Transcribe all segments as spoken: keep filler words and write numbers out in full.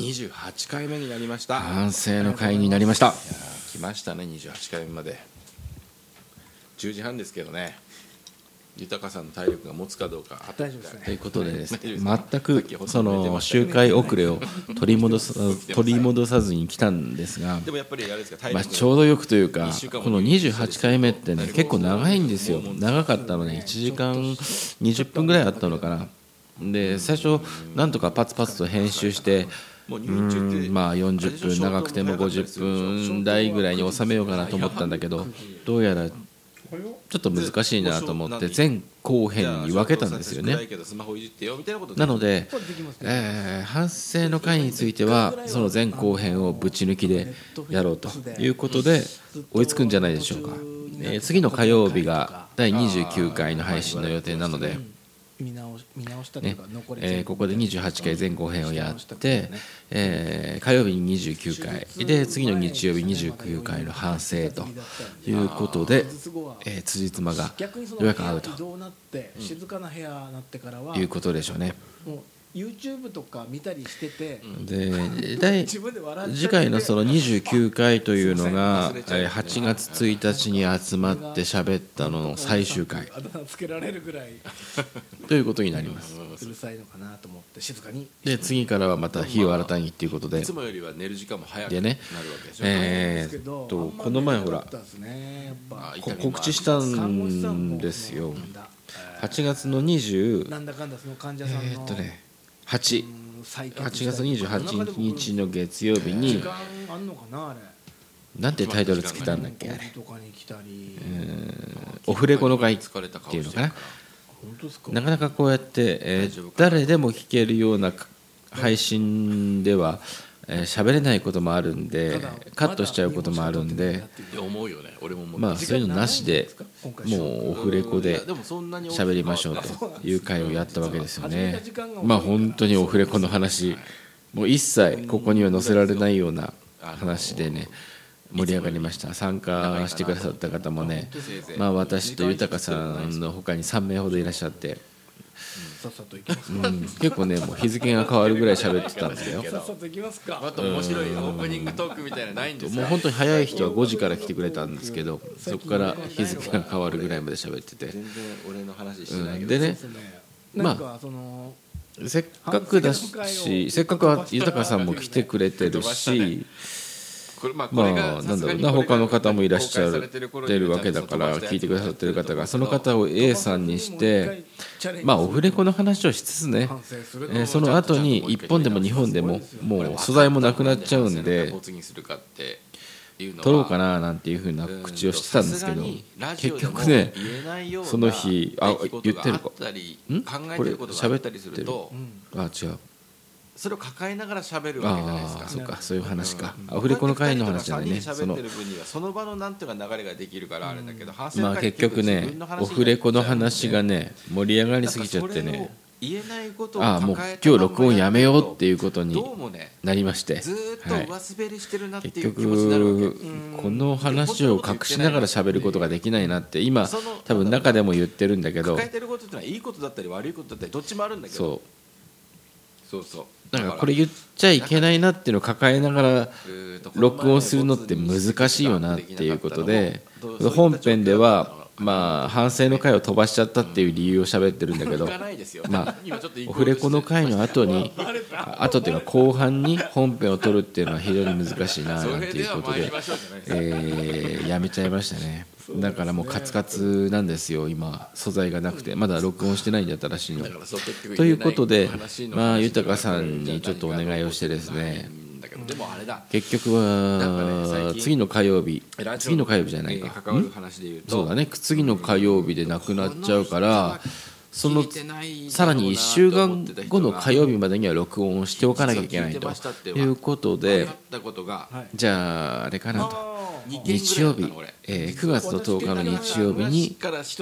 にじゅうはちかいめになりました。 反省の会になりました。いや来ましたね、にじゅうはちかいめまで。じゅうじはんですけどね、豊さんの体力が持つかどうか。 大丈夫ですね。 ということでですね、 大丈夫ですか全くその周回遅れを取り戻さ取り戻さずに来たんですが、 でもやっぱりあれですか、体まあ、 力ちょうどよくというかいっしゅうかんもこのにじゅうはちかいめってね結構長いんですよ。長かったのでいちじかんにじゅっぷんぐらいあったのかな。で最初なんとかパツパツと編集してもうう入院中ってんまあよんじゅっぷん長くてもごじゅっぷん台ぐらいに収めようかなと思ったんだけど、どうやらちょっと難しいなと思って前後編に分けたんですよね。なので、えー反省の回についてはその前後編をぶち抜きでやろうということで追いつくんじゃないでしょうか。えー次の火曜日がだいにじゅうきゅうかいの配信の予定なので、 見直し見直したといねうか残りえーここでにじゅうはちかい前後編をやって、えー火曜日ににじゅうきゅうかいで次の日曜日にじゅうきゅうかいの反省ということで、えー辻褄が逆にそのようやく合うと部屋移動になって静かな部屋になってからはいうことでしょうね。 もう YouTube とか見たりしてて、 で第自分で笑っちゃって次回のそのにじゅうきゅうかいというのがえーはちがつついたちに集まって喋ったのの最終回あだ名つけられるぐらいということになります。 うるさいのかなと思って静かに。 で次からはまた日を新たにっていうことでいつもよりは寝る時間も早くなでねるわけでしょ。 えーっとこの前ほらこ告知したんですよ。はちがつのにじゅうなんだかんだその患者さんのえーっとねはちははちがつにじゅうはちにちの月曜日時に間あんのかなあれ。 なんてタイトルつけたんだっけあれ、 とかに来たり。 オフレコの会って疲れた顔いうのかな。 本当ですか。 なかなかこうやって、えー誰でも聞けるような配信ではえー喋れないこともあるんでカットしちゃうこともあるんで、 って思うよね。俺も思う。 まあそういうのなしでもうオフレコで喋りましょうという会をやったわけですよね。まあ本当にオフレコの話もう一切ここには載せられないような話でね盛り上がりました。参加してくださった方もね、まあ私と豊さんの他にさんめいほどいらっしゃって、 さっさと行きますうん、結構ねもう日付が変わるぐらい喋ってたんですよ。 さっさと行きますか。 あと面白いオープニングトークみたいなのないんですか。 もう本当に早い人はごじから来てくれたんですけど、そこから日付が変わるぐらいまで喋ってて、 全然俺の話してないけど。 でねそうですね。なんかそのせっかくだしせっかくは豊さんも来てくれてるし、 これまあこまれがあなんだろうな他の方もいらっしゃってるわけだから聞いてくださってる方がその方を A さんにしてまあオフレコの話をしつつね、えーその後にいっぽんでもにほんでももう素材もなくなっちゃうんで撮ろうかななんていうふうな口をしてたんですけど、結局ねその日あ言ってるかんこれ喋ってるあ違うそれを抱えながら喋るわけじゃないですか。 ああそうかそういう話か。アフレコの会の話じゃないね。そのその場のなんていうか流れができるからあれだけど、 まあ結局ねオフレコの話がね盛り上がりすぎちゃってね、 言えないことをああもう抱え今日たまんま録音やめようっていうことにどうもねなりまして、 ずーっと上滑りしてるなって結いう気持ちになるわけ。 局この話を隠しながら喋ることができないなって今多分中でも言ってるんだけど、 抱えてることってのはいいことだったり悪いことだったりどっちもあるんだけど、 そうそうそうだからこれ言っちゃいけないなっていうのを抱えながら録音するのって難しいよなっていうことで、本編ではまあ反省の回を飛ばしちゃったっていう理由を喋ってるんだけど、まあオフレコの回の後に後っていうか後半に本編を撮るっていうのは非常に難しいななんていうことで、えーやめちゃいましたね。だからもうカツカツなんですよ今素材がなくてまだ録音してないんだったらしいのということで、まあ豊さんにちょっとお願いをしてですね、結局は次の火曜日次の火曜日じゃないかそうだね次の火曜日でなくなっちゃうから、そのさらにいっしゅうかんごの火曜日までには録音をしておかなきゃいけないということで、じゃああれかなと日曜日、えー、くがつのとおかの日曜日に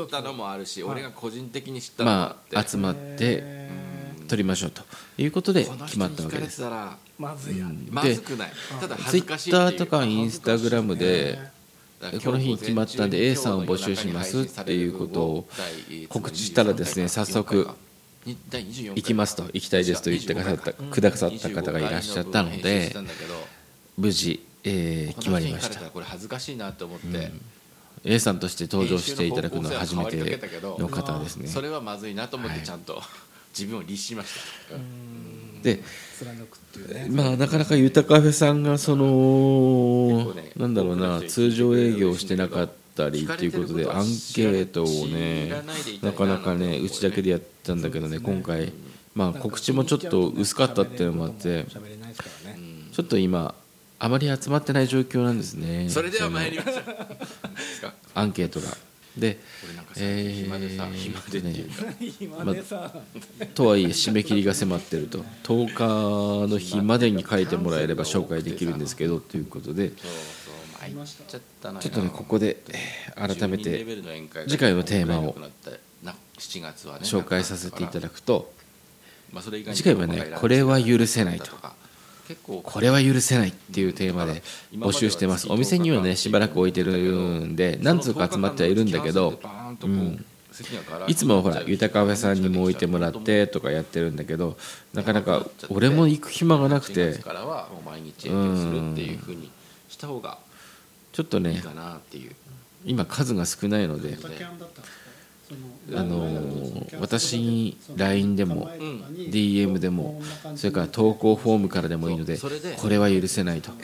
まあ集まって撮りましょうということで決まったわけです。 まずいや。 でツイッターとかインスタグラムでこの日に決まったんで A さんを募集しますっていうことを告知したらですね、早速にだいにじゅうよん行きますと行きたいですと言ってくださったくださった方がいらっしゃったので無事、えー決まりました。 これ恥ずかしいなと思って、 A さんとして登場していただくのは初めての方ですね。 それはまずいなと思ってちゃんと自分を律しました。 で、まあなかなかゆたカフェさんがそのなんだろうな通常営業してなかったりっていうことでアンケートをねなかなかねうちだけでやったんだけどね、今回まあ告知もちょっと薄かったっていうのもあってちょっと今あまり集まってない状況なんですね。 それでは参りましょう。 アンケートがで、 えー、暇でっていうか、 暇でさ、 ま、とはいえ締め切りが迫ってるととおかの日までに書いてもらえれば紹介できるんですけどということで、ちょっとねここで改めて次回のテーマを紹介させていただくと、次回はねこれは許せないとこれは許せないっていうテーマで募集してます。お店にはねしばらく置いてるんで何通か集まってはいるんだけど、うん、いつもほらゆたカフェさんにも置いてもらってとかやってるんだけどなかなか俺も行く暇がなくて、うんちょっとね今数が少ないのであのー、私に ライン でも ディーエム でもそれから投稿フォームからでもいいのでこれは許せないと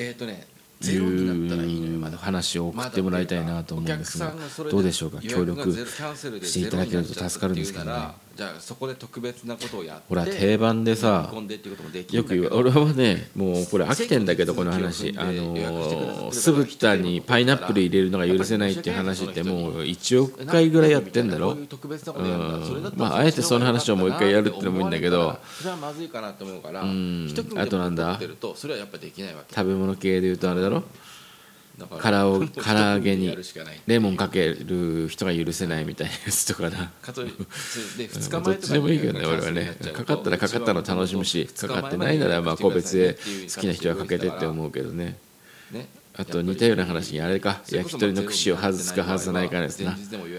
いう話を送ってもらいたいなと思うんですが、どうでしょうか。協力していただけると助かるんですけどね。 じゃあそこで特別なことをやってほら定番でさよく言う俺はねもうこれ飽きてんだけどこの話あの酢豚にパイナップル入れるのが許せないっていう話ってもういちおくかいぐらいやってんだろ。うんまああえてその話をもう一回やるってのもいいんだけど、うんあとなんだ食べ物系で言うとあれだろから唐揚げにレモンかける人が許せないみたいなやつとかなどっちでもいいけどね俺はねかかったらかかったの楽しむしかかってないならまあ個別で好きな人はかけてって思うけどね。あと似たような話にあれか焼き鳥の串を外すか外さないかですな。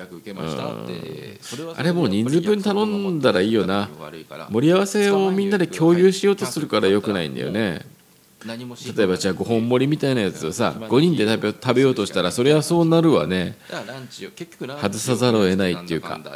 あれもう人数分頼んだらいいよな。盛り合わせをみんなで共有しようとするからよくないんだよね。例えばじゃあごほん盛りみたいなやつをさごにんで食べ、食べようとしたらそれはそうなるわね。外さざるを得ないっていうか、ね、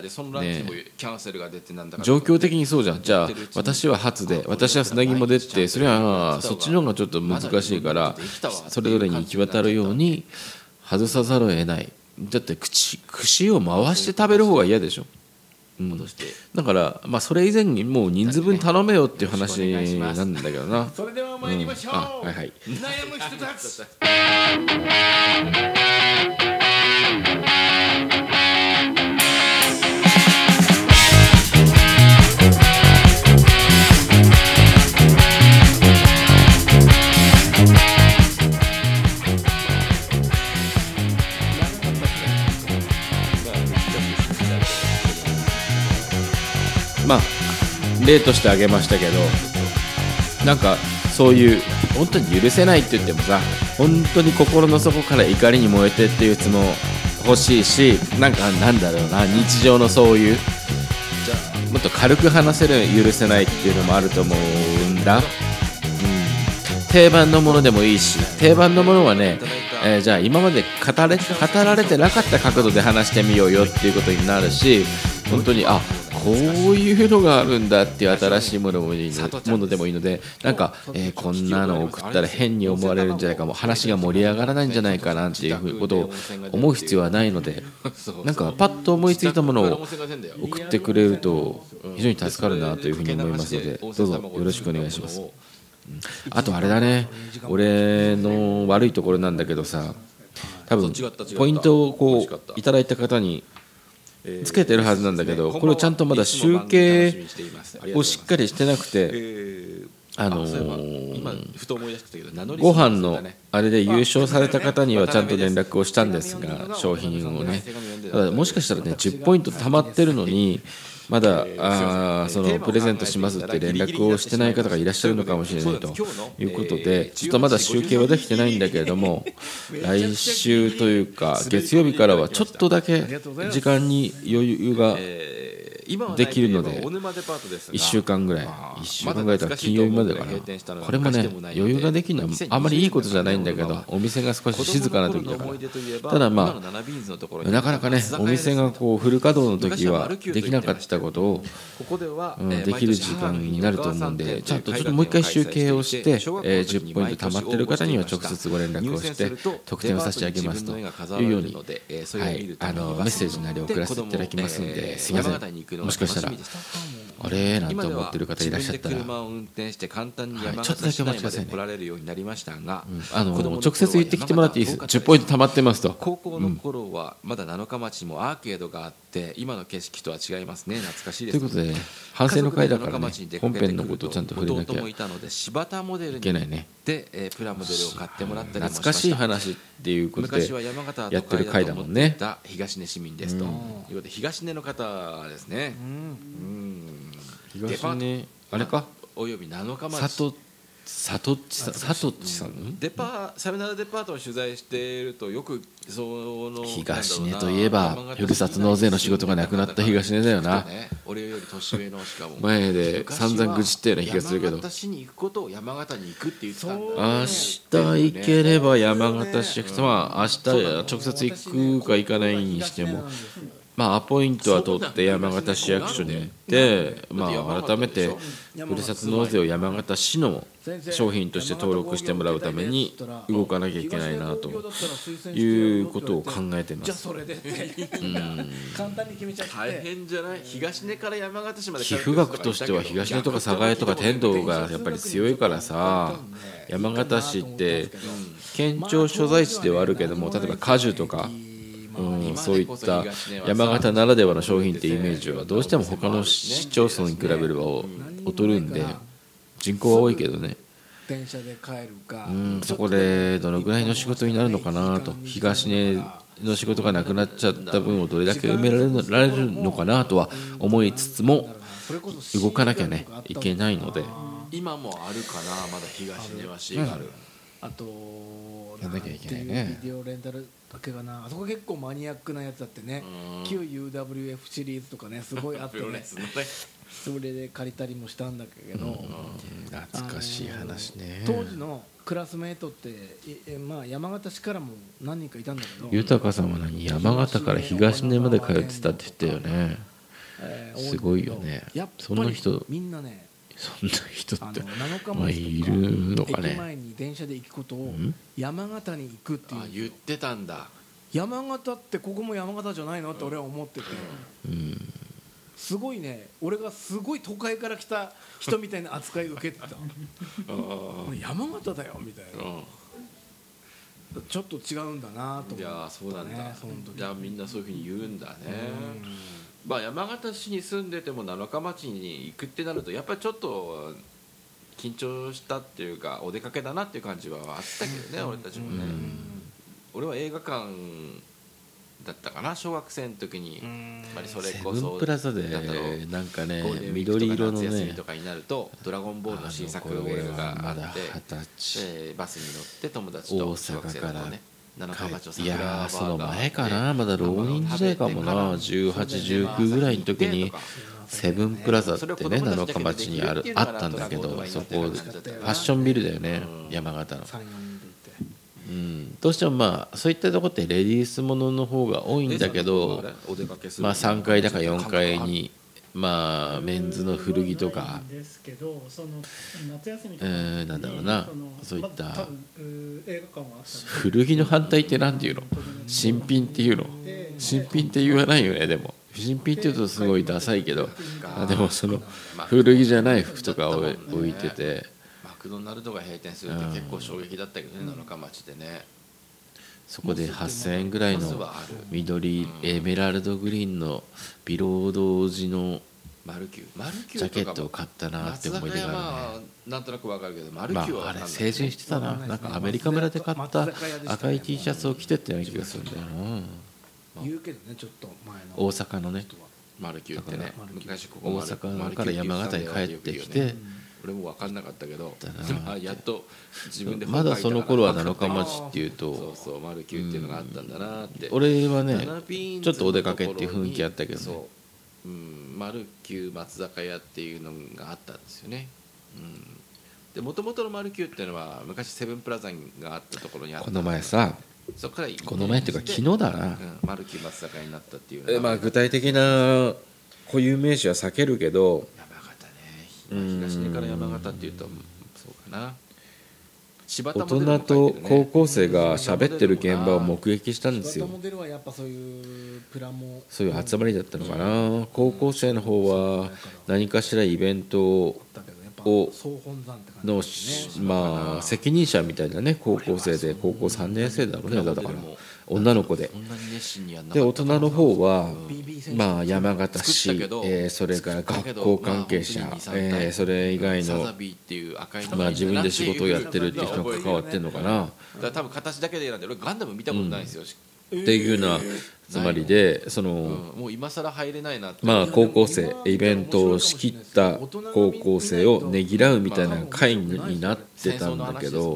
状況的にそうじゃん。じゃあ私は初で私は砂肝でってそれはそっちの方がちょっと難しいからそれぞれに行き渡るように外さざるを得ない。だって口串を回して食べる方が嫌でしょ。うん、だから、まあ、それ以前にもう人数分頼めよっていう話なんだけどな。 それでは参りましょう、 うん、あはいはい、 悩む人たちまあ例として挙げましたけどなんかそういう本当に許せないって言ってもさ本当に心の底から怒りに燃えてっていうやつも欲しいしなんかなんだろうな日常のそういうもっと軽く話せる許せないっていうのもあると思うんだ、うん、定番のものでもいいし定番のものはね、えー、じゃあ今まで語れ、語られてなかった角度で話してみようよっていうことになるし本当にあこういうのがあるんだっていう新しいものもいいものでもいいのでなんか、えー、こんなのを送ったら変に思われるんじゃないかも話が盛り上がらないんじゃないかなっていうことを思う必要はないのでなんかパッと思いついたものを送ってくれると非常に助かるなというふうに思いますのでどうぞよろしくお願いします。あとあれだね俺の悪いところなんだけどさ多分ポイントをこういただいた方につけてるはずなんだけどこれをちゃんとまだ集計をしっかりしてなくてあのー、ご飯のあれで優勝された方にはちゃんと連絡をしたんですが商品をねただもしかしたらねじゅっポイント貯まってるのにまだあそのプレゼントしますって連絡をしてない方がいらっしゃるのかもしれないということでちょっとまだ集計はできてないんだけれども来週というか月曜日からはちょっとだけ時間に余裕が今はできるので大沼デパートですがいっしゅうかんぐらいまあいっしゅうかんぐらいとか金曜日までかな。これもね余裕ができるのはあまりいいことじゃないんだけど、お店が少し静かな時だから。ただまあなかなかねお店がこうフル稼働の時はできなかったことを、うん、できる時間になると思うんで、ちゃんとちょっともう一回集計をして、えー、じゅっポイント貯まってる方には直接ご連絡をして特典を差し上げますというように、はい、あのメッセージなり送らせていただきますんで、すいません、もしかしたらあれなんて思ってる方いらっしゃったら、はい、ちょっとだけお待ちくださいね。あの直接言ってきてもらっていいです。じゅっポイント貯まってますと。 高校の頃はまだ七日町もアーケードがあって今の景色とは違いますね。懐かしいです。 ということで反省の回だからね、本編のことをちゃんと触れなきゃいけないね。 でプラモデルを買ってもらったりもしました。 懐かしい話っていうことでやってる回だもんね。 東根市民ですということで、東根の方ですね。 東根あれかおよび七日町佐さとっちさん、さとっちさん、 デパさよならデパートを取材しているとよくその東根といえばふるさと納税の仕事がなくなった東根だよな。 俺より年上のしかも前で散々愚痴ったような気がするけど、 山形市に行くことを山形に行くって言ってたんだ。 明日行ければ山形市役所、まあ明日直接行くか行かないにしても、まあアポイントは取って山形市役所に行って、まあ改めてふるさと納税を山形市の商品として登録してもらうために動かなきゃいけないなということを考えてます。 大変じゃない？東根から山形市まで寄付額としては東根とか寒河江とか天童がやっぱり強いからさ、山形市って県庁所在地ではあるけども、例えば果樹とかうん、そういった山形ならではの商品っていうイメージはどうしても他の市町村に比べれば劣るんで、人口は多いけどね、 電車で帰るか、 うん、そこでどのぐらいの仕事になるのかなと、東根の仕事がなくなっちゃった分をどれだけ埋められる、られるのかなとは思いつつも、動かなきゃねいけないので。 今もあるかな、まだ東根は市がある、 あとやんなきゃいけないね。 ビデオレンタルだけかな、あそこ結構マニアックなやつだってね、旧 ユーダブリューエフ シリーズとかねすごいあってねそれで借りたりもしたんだけど、 懐かしい話ね。 当時のクラスメートってえ、まあ、山形市からも何人かいたんだけど、 豊さんは何山形から東根まで通ってたって言ったよね、えー、すごいよね。そんな人みんなね、 そんな人ってまあいるのかね。 駅前に電車で行くことを山形に行くっていう、 あ言ってたんだ。 山形ってここも山形じゃないのって俺は思ってて、うん、すごいね、俺がすごい都会から来た人みたいな扱い受けてた山形だよみたいな、うん、ちょっと違うんだなと思って、ね、いやそうなんだ。じゃあみんなそういうふうに言うんだね。まあ、山形市に住んでても七日町に行くってなるとやっぱりちょっと緊張したっていうかお出かけだなっていう感じはあったけどね、うん、俺たちもね、うん、俺は映画館だったかな小学生の時に、やっぱりそれこそセブンプラザでなんかね緑色のね夏休みとかになるとドラゴンボールの新作映画があって、バスに乗って友達と小学生の子ねいやその前かな、まだ浪人時代かもな、じゅうはち、じゅうきゅうぐらいの時にセブンプラザってね七日町にあるあったんだけど、そこファッションビルだよね、山形の、うん、どうしてもまあそういったとこってレディースものの方が多いんだけど、まあさんがいだかよんかいにまあメンズの古着とか、えー、なんだろうな、そういった古着の反対って何ていうの、新品っていうの、新品って言わないよね。でも新品って言うとすごいダサいけど、でもその古着じゃない服とかを置いてて、 マクドナルドが閉店するって結構衝撃だったけどね、七日町でね。 そこではっせんえんぐらいの緑エメラルドグリーンのビロード地のジャケットを買ったなって思い出があるね。 なんとなくわかるけど、マルキューはあれ成人してたな。なんかアメリカ村で買った赤い T シャツを着てったような気がするんだよな。 言うけどね、ちょっと前の大阪のね、 マルキューってね、昔ここ大阪から山形に帰ってきて、 俺も分かんなかったけど、やっと自分でまだその頃は七日町っていうと、 そうそうマルキューっていうのがあったんだなって。 俺はねちょっとお出かけっていう雰囲気あったけどね、 うん、丸九松坂屋っていうのがあったんですよね。うんで元々の丸九っていうのは昔セブンプラザがあったところにあった。 この前さ、 そこからこの前っていうか昨日だな、 うん、丸九松坂屋になったっていうえ、まあ、具体的な固有名詞は避けるけど、 山形ね、東根から山形っていうとそうかな。 大人と高校生が喋ってる現場を目撃したんですよ。 柴田モデルはやっぱそういうプラモ、 そういう集まりだったのかな。高校生の方は何かしらイベントをのまあ責任者みたいなね、高校生で高校さんねん生だろうね、だから女の子で、で大人の方はまあ山形市、えー、それから学校関係者、えー、それ以外のまあ自分で仕事をやってるっていう人が関わってんのかな。 だから多分形だけで選んで、俺ガンダム見たことないんですよ、 うん、っていうようなつまりで、その、うん、 もう今更入れないなって、 まあ高校生イベントを仕切った高校生をねぎらうみたいな会になってたんだけど、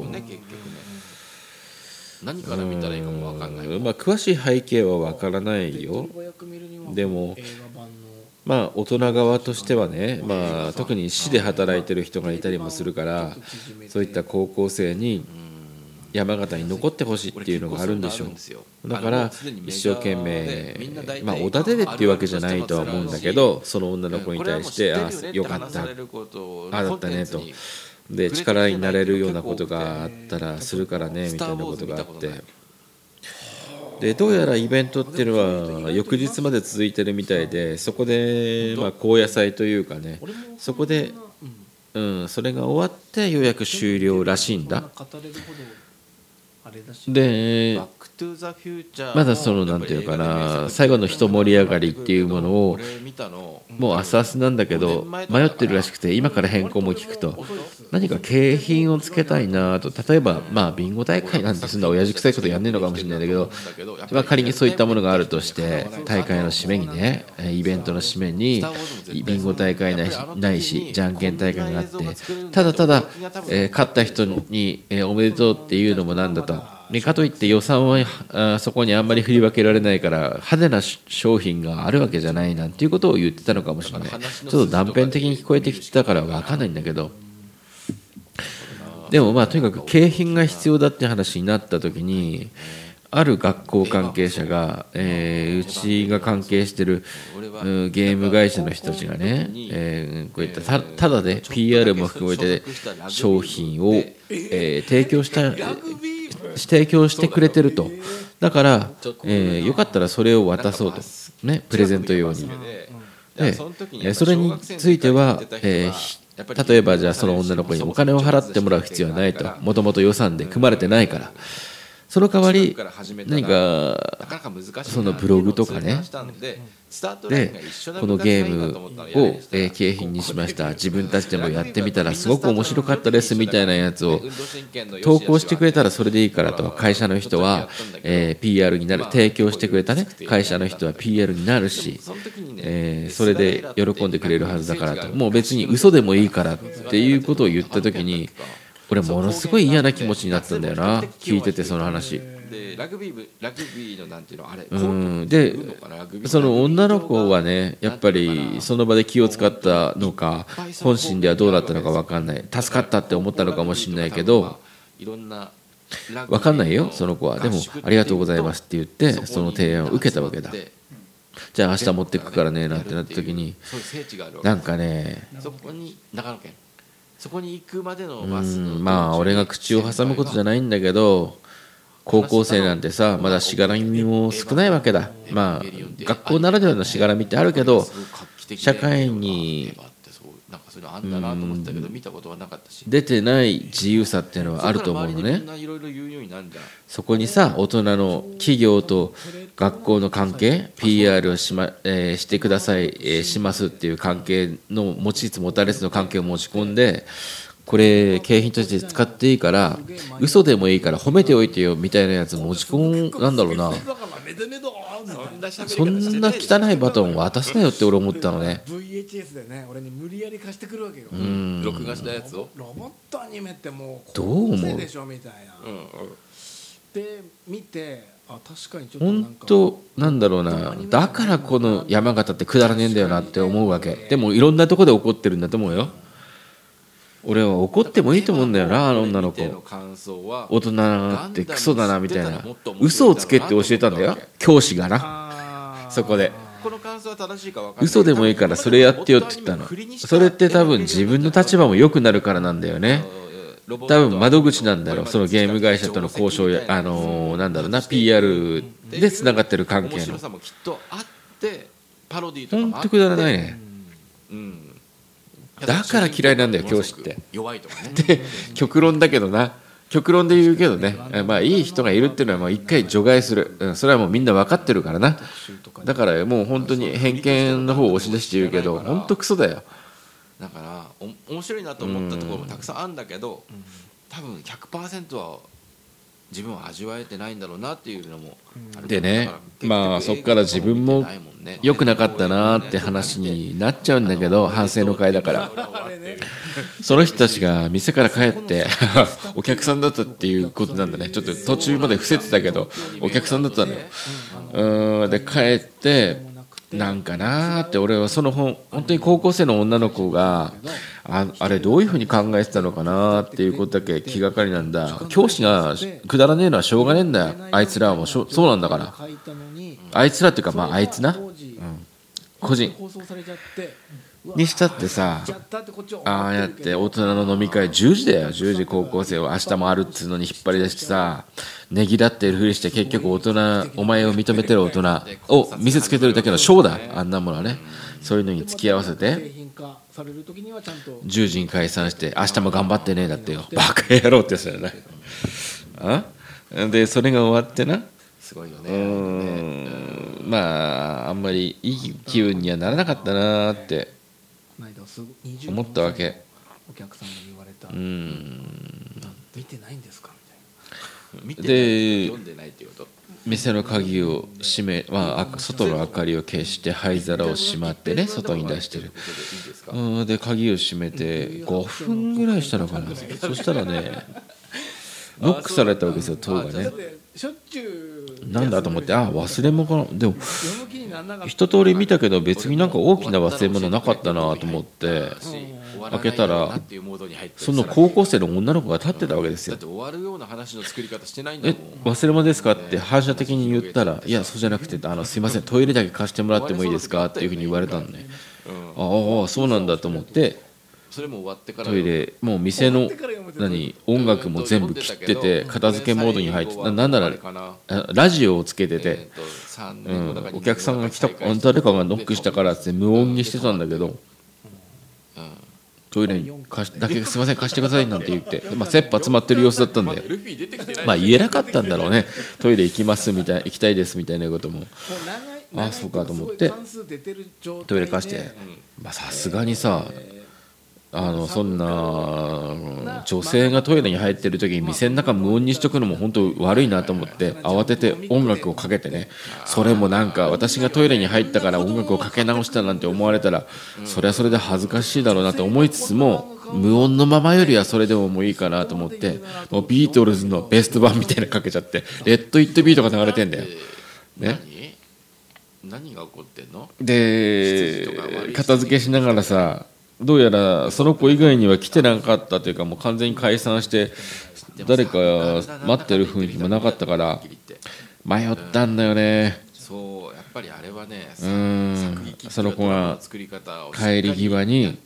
何から見たらいいかも分かんない、 まあ詳しい背景は分からないよ。でもまあ大人側としてはね、まあ特に市で働いてる人がいたりもするから、そういった高校生に山形に残ってほしいっていうのがあるんでしょう。だから一生懸命、まあおだてでっていうわけじゃないとは思うんだけど、その女の子に対してああよかった、ああだったねと、で力になれるようなことがあったらするからねみたいなことがあって、でどうやらイベントっていうのは翌日まで続いてるみたいで、そこでまあ高野菜というかね、そこでうんそれが終わってようやく終了らしいんだ。でまだそのなんていうかな、最後の一盛り上がりっていうものをもう熱々なんだけど迷ってるらしくて、今から変更も聞くと何か景品をつけたいなと、例えばまあビンゴ大会なんてそんな親父臭いことやんねえのかもしれないんだけど、まあ、仮にそういったものがあるとして大会の締めにね、イベントの締めにビンゴ大会ないしないしじゃんけん大会があって、ただただ、えー、勝った人に、えー、おめでとうっていうのもなんだと、かといって予算はあそこにあんまり振り分けられないから派手な商品があるわけじゃないなんていうことを言ってたのかもしれない。ちょっと断片的に聞こえてきてたから分かんないんだけど、でもまあとにかく景品が必要だって話になった時に、ある学校関係者が、えー、うちが関係してる、うん、ゲーム会社の人たちがね、えー、こういったたただで ピーアール も含めて商品を、えー、提供した提供してくれてると。だから、えー、よかったらそれを渡そうと、ね、プレゼント用に。でそれについては、えー、例えばじゃあその女の子にお金を払ってもらう必要はないと、もともと予算で組まれてないから、その代わり何かそのブログとかねでこのゲームを景品にしました、自分たちでもやってみたらすごく面白かったですみたいなやつを投稿してくれたらそれでいいからと、会社の人は ピーアール になる、提供してくれたね会社の人は ピーアール になるし、えそれで喜んでくれるはずだからと、もう別に嘘でもいいからっていうことを言った時に、俺ものすごい嫌な気持ちになったんだよな、聞いててその話でラグビー部ラグビーのなんていうのあれ、 うんでその女の子はねやっぱりその場で気を使ったのか本心ではどうだったのか分かんない、助かったって思ったのかもしれないけど分かんないよその子は。でもありがとうございますって言ってその提案を受けたわけだ。じゃあ明日持ってくからねなんてなった時になんかね、 そこに長野県そこに行くまでのバスの、 まあ俺が口を挟むことじゃないんだけど、高校生なんてさまだしがらみも少ないわけだ。まあ学校ならではのしがらみってあるけど、社会に出てない自由さっていうのはあると思うのね。そこにさ大人の企業と学校の関係 ピーアール をし、まえー、してください、えー、しますっていう関係の持ちつ持たれつの関係を持ち込んで、これ景品として使っていいから嘘でもいいから褒めておいてよみたいなやつ持ち込む、なんだろうな、そんな汚いバトン渡すなよって俺思ったのね。 ブイエイチエス でね俺に無理やり貸してくるわけよ。 録画したやつをロボットアニメってもうどう思うでしょみたいな、うんうん、 ってみて、あ確かにちょっとなん本か当なんだろうな、だからこの山形ってくだらねえんだよなって思うわけ。でもいろんなとこで怒ってるんだと思うよ。俺は怒ってもいいと思うんだよな、あの女の子。大人ってクソだなみたいな、嘘をつけって教えたんだよ教師がな。そこで嘘でもいいからそれやってよって言ったの。それって多分自分の立場も良くなるからなんだよね。多分窓口なんだろう、そのゲーム会社との交渉や、あのー、なんだろうな ピーアール でつながってる関係の。本当くだらないね。だから嫌いなんだよ教師ってで極論だけどな、極論で言うけどね、まあいい人がいるっていうのはまあ一回除外する、うん、それはもうみんな分かってるからな。だからもう本当に偏見の方を押し出して言うけど本当クソだよ。 だからお面白いなと思ったところもたくさんあるんだけど、多分 ひゃくパーセント は自分は味わえてないんだろうなっていうのもある。 でね、まあそっから自分も良くなかったなって話になっちゃうんだけど、反省の会だからその人たちが店から帰ってお客さんだったっていうことなんだね。ちょっと途中まで伏せてたけどお客さんだったのよ。うんで帰ってなんかなーって、俺はその本本当に高校生の女の子が あ, あれどういうふうに考えてたのかなっていうことだけ気がかりなんだ。教師がくだらねえのはしょうがねえんだよ。あいつらはもうしょそうなんだから。あいつらっていうかまああいつな、うん、個人にしたってさ、ああやって大人の飲み会じゅうじだよ。じゅうじ高校生は明日もあるっつうのに引っ張り出してさ、ねぎらってるふりして結局大人、お前を認めてる大人を見せつけてるだけのショーだ、あんなものはね。そういうのに付き合わせてじゅうじに解散して明日も頑張ってねだってよ、バカ野郎ってやつだよねあでそれが終わってな、 すごいよね。 うんまああんまりいい気分にはならなかったなって思ったわけ。 お客さんが言われた、 うん見てないんですかみたいな。で読んでないっていうこと。 店の鍵を閉め、まあ、外の明かりを消して灰皿をしまってね外に出してる。うんで鍵を閉めてごふんぐらいしたのかな。そしたらねノックされたわけですよ、塔がね。なんだと思って、あ忘れ物かな。でも一通り見たけど別になんか大きな忘れ物なかったなと思って開けたら、その高校生の女の子が立ってたわけですよ。だって終わるような話の作り方してないんだもん。え忘れ物ですかって反射的に言ったら、いやそうじゃなくて、あのすいませんトイレだけ貸してもらってもいいですかっていうふうに言われたのね。ああそうなんだと思って、 それも終わってからトイレもう店の何音楽も全部切ってて片付けモードに入って、ななんならラジオをつけてて、うん、お客さんが来た、誰かがノックしたからって無音にしてたんだけど、トイレに貸しだけすいません貸してくださいなんて言って、まあ、切羽詰まってる様子だったんで、まあ言えなかったんだろうね。トイレ行きますみたい、行きたいですみたいなことも、ああそうかと思ってトイレ貸して、さすがにさあのそんな女性がトイレに入ってる時に店の中無音にしとくのも本当悪いなと思って慌てて音楽をかけてね、それもなんか私がトイレに入ったから音楽をかけ直したなんて思われたらそれはそれで恥ずかしいだろうなと思いつつも、無音のままよりはそれでももういいかなと思って、もうビートルズのベスト版みたいなのかけちゃって、レッド・イット・ビートが流れてんだよね。 何が起こってんので片付けしながらさ、どうやらその子以外には来てなかったというか、もう完全に解散して誰か待ってる雰囲気もなかったから迷ったんだよね。 そうやっぱりあれはね、 うんその子が帰り際に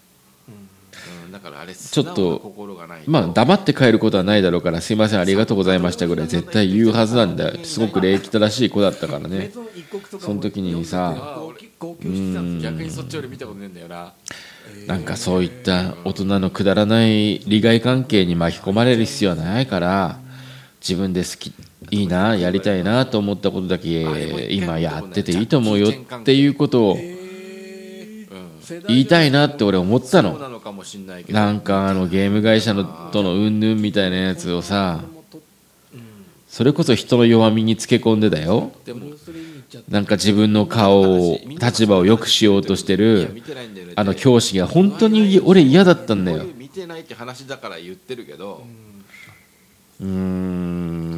ちょっとまあ黙って帰ることはないだろうから、すいませんありがとうございましたぐらい絶対言うはずなんだよ。すごく礼儀正しい子だったからね。その時にさ、うん逆にそっちより見たことねえんだよな。 なんかそういった大人のくだらない利害関係に巻き込まれる必要はないから、自分で好きいいなやりたいなと思ったことだけ今やってていいと思うよっていうことを言いたいなって俺思ったの。なんかあのゲーム会社のとのうんぬんみたいなやつをさ、それこそ人の弱みにつけ込んでだよ。なんか自分の顔を立場を良くしようとしてるあの教師が本当に俺嫌だったんだよ。 見てないって話だから言ってるけど、 うーんで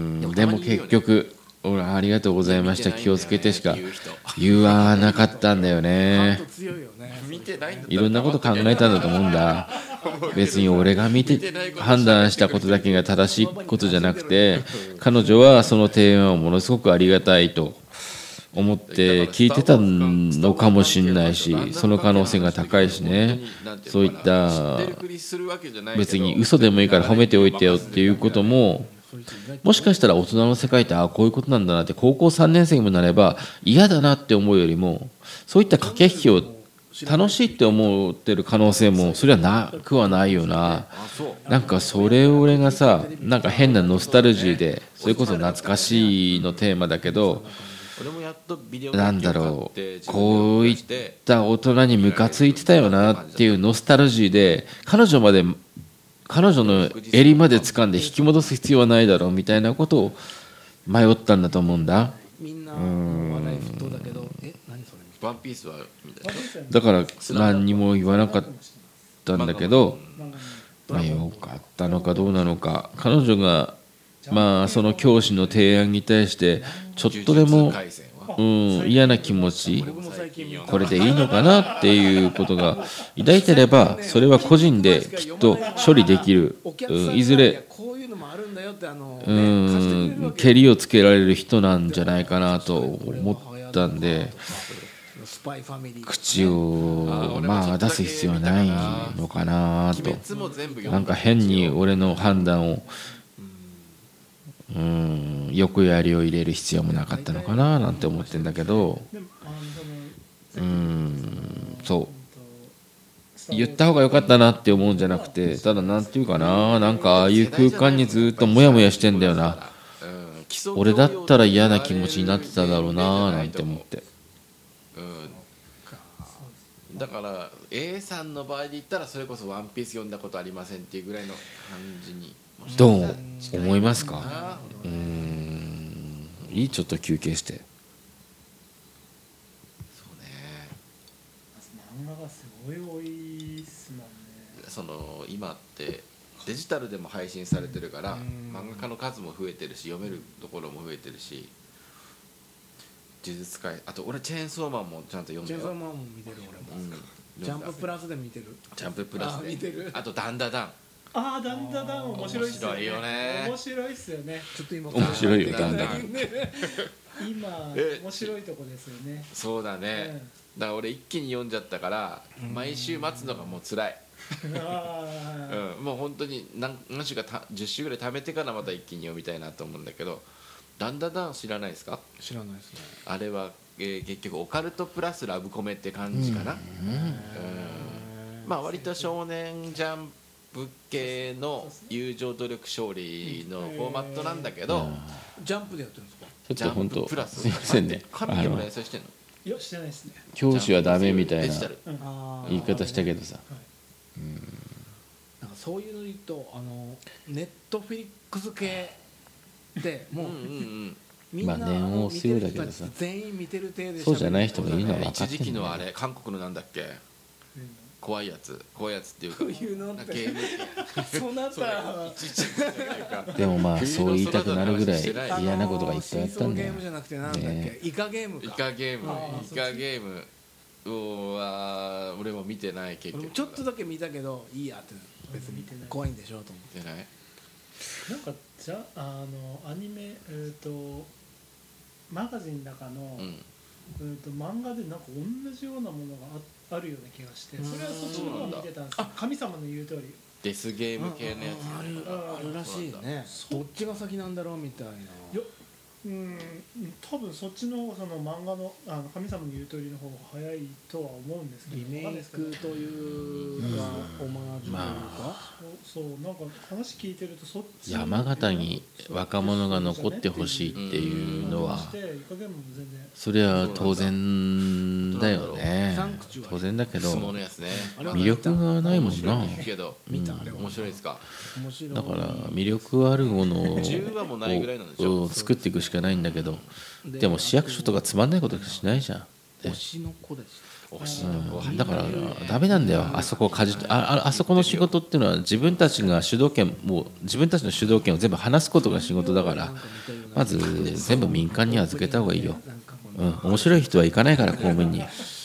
でも結局俺ありがとうございました気をつけてしか言う人言わなかったんだよハねート強いよね。 見てないんだったらいろんなこと考えたんだと思うんだ別に俺が見て判断したことだけが正しいことじゃなくて彼女はその提案をものすごくありがたいと思って聞いてたのかもしれないしその可能性が高いしねそういった別に嘘でもいいから褒めておいてよっていうことももしかしたら大人の世界ってああこういうことなんだなって高校さんねん生にもなれば嫌だなって思うよりもそういった駆け引きを楽しいって思ってる可能性もそれはなくはないよな。なんかそれを俺がさなんか変なノスタルジーでそれこそ懐かしいのテーマだけどなんだろうこういった大人にムカついてたよなっていうノスタルジーで彼女まで彼女の襟まで掴んで引き戻す必要はないだろうみたいなことを迷ったんだと思うんだ。 みんな話題沸騰だけど、え何それ。 ワンピースはみたいな。 だから何にも言わなかったんだけど、まあよかったのかどうなのか彼女がまあその教師の提案に対してちょっとでもうん嫌な気持ちこれでいいのかなっていうことが抱いてればそれは個人できっと処理できる、うん、いずれうんけりをつけられる人なんじゃないかなと思ったんで口をまあ出す必要はないのかなとなんか変に俺の判断をうん横やりを入れる必要もなかったのかななんて思ってんだけどうんそう言った方が良かったなって思うんじゃなくてただなんていうかななんかああいう空間にずっとモヤモヤしてんだよな俺だったら嫌な気持ちになってただろうななんて思ってだから A さんの場合で言ったらそれこそワンピース読んだことありませんっていうぐらいの感じにどう思いますか。うーんいいちょっと休憩してそうね漫画がすごい多いっすもんね。 その今ってデジタルでも配信されてるから漫画家の数も増えてるし読めるところも増えてるし呪術廻あと俺チェーンソーマンもちゃんと読んでチェーンソーマンも見てる俺も、うん、ジャンププラスで見てるジャンププラスであ, 見てるあとダンダダンああダンダダン面白いっすよね。 面白いよね面白いっすよね。 ちょっと今面白いよダンダダン今面白いとこですよね。 そうだね、うん、だから俺一気に読んじゃったから毎週待つのがもう辛いうん、もう本当に 何, 何週かたじゅっ週ぐらい貯めてからまた一気に読みたいなと思うんだけどダンダダン知らないですか。 知らないですね。 あれは、えー、結局オカルトプラスラブコメって感じかな、うんうん、まあ割と少年ジャンプ系の友情努力勝利のフォーマットなんだけど、 ジャンプでやってるんですか。 ちょっと本当プラスすいませんね神谷も連載してんの。 いやしてないですね。 教師はダメみたいな言い方したけどさ、 うん、なんかそういうので言うとあのネットフィリックス系でもう、うんうんうんみんなまあ念を押すようだけどさ全員見てる程度そうじゃない人もいるのは分かってん一時期のあれ韓国のなんだっけ怖いやつ怖いやつっていうかこういうのってゲームそうなったらでもまあそう言いたくなるぐらい嫌なことがいっぱいあったんだよ。 ゲームじゃなくてなんだっけ、ね、イカゲームかイカゲームイカゲームは俺も見てない結局ちょっとだけ見たけどいいやって別に怖いんでしょうと思って見てないなんかじゃあのアニメえっ、ー、とマガジンの中の、うんえー、と漫画でなんか同じようなものが あ, あるような気がしてそれはそっちの方を見てたんですよ。神様の言う通りデスゲーム系のやつあるあるらしいね。どっちが先なんだろうみたいな。 うん多分そっちのその漫画のあの神様の言う通りの方が早いとは思うんですけどリメイクというか、うん、オマージュというか、まあ、 そうそうなんか話聞いてるとそっち山形に若者が残ってほしいっていうのはそれは当然だよね。当然だけど魅力がないもんな。 見たあれ面白いですか。 だから魅力あるものを作っていくしかないんだけどでも市役所とかつまんないことしかしないじゃん。 推しの子でしうん、だからダメなんだよあそこかじあああそこの仕事っていうのは自分たちが主導権もう自分たちの主導権を全部話すことが仕事だからまず全部民間に預けた方がいいよ、うん、面白い人は行かないから公務員に、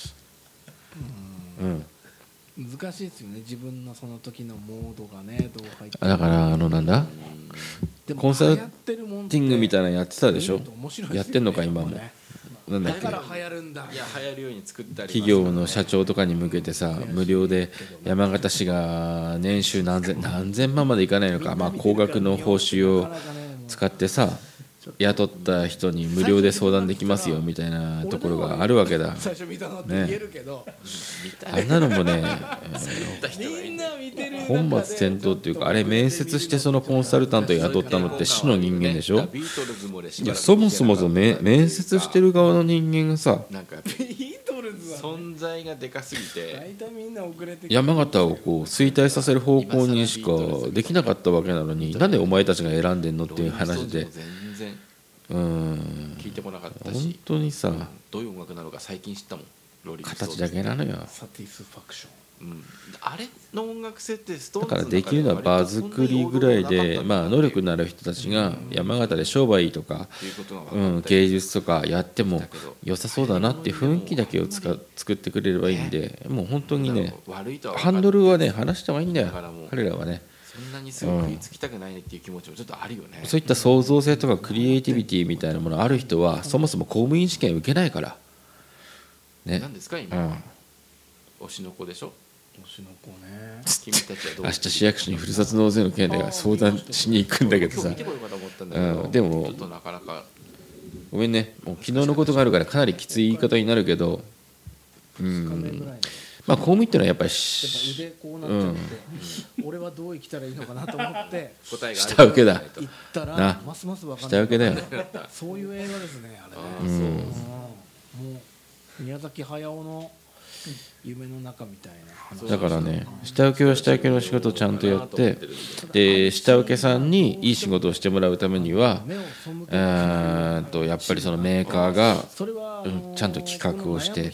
うん、 難しいですよね自分のその時のモードがねどう入ってだからあのなんだコンサルティングみたいなのやってたでしょやってんのか今もなんだっけだから流行るんだいや流行るように作ってあります企業の社長とかに向けてさ無料で山形市が年収何千何千万までいかないのかまあ高額の報酬を使ってさ雇った人に無料で相談できますよみたいなところがあるわけだ最初見たのって言えるけど、ね、 あんなのもねみんな見てる本末転倒っていうかあれ面接してそのコンサルタントを雇ったのって市の人間でしょいやそもそもそ面接してる側の人間がさなんかビートルズは存在がでかすぎて大体みんな遅れて山形をこう衰退させる方向にしかできなかったわけなのになんでお前たちが選んでんのっていう話で全然うん聞いてこなかった本し当にさどういう音楽なのか最近知ったもんローリングストーン形ズだけなのよサティスファクションうん、あれの音楽性ってストーだンズからできるのは場作りぐらいでまあ能力のある人たちが山形で商売とかうん芸術とかやっても良さそうだなっていう雰囲気だけをつか作ってくれればいいんでもう本当にねハンドルはね離した方がいいんだよ彼らはねそんなにすぐ食いつきたくないねっていう気持ちもちょっとあるよねそういった創造性とかクリエイティビティみたいなものある人はそもそも公務員試験受けないからね何ですか今、 うん推しの子でしょ推しの子ね君たちはどう明日市役所にふるさと納税の件で相談しに行くんだけどさ今日見てこようかと思ったんだけど、 うんでもちょっとなかなかごめんねもう昨日のことがあるからかなりきつい言い方になるけどうんまあ公務員ってのはやっぱりし腕こうなっちゃって、うん、俺はどう生きたらいいのかなと思って答えがある下請けだ行ったらなますます分かんない下請けだよそういう映画ですねあれねあーそう、 うんもう宮崎駿の夢の中みたいな話だからね下請けは下請けの仕事をちゃんとやってで下請けさんにいい仕事をしてもらうためにはえーっとやっぱりそのメーカーがうんちゃんと企画をして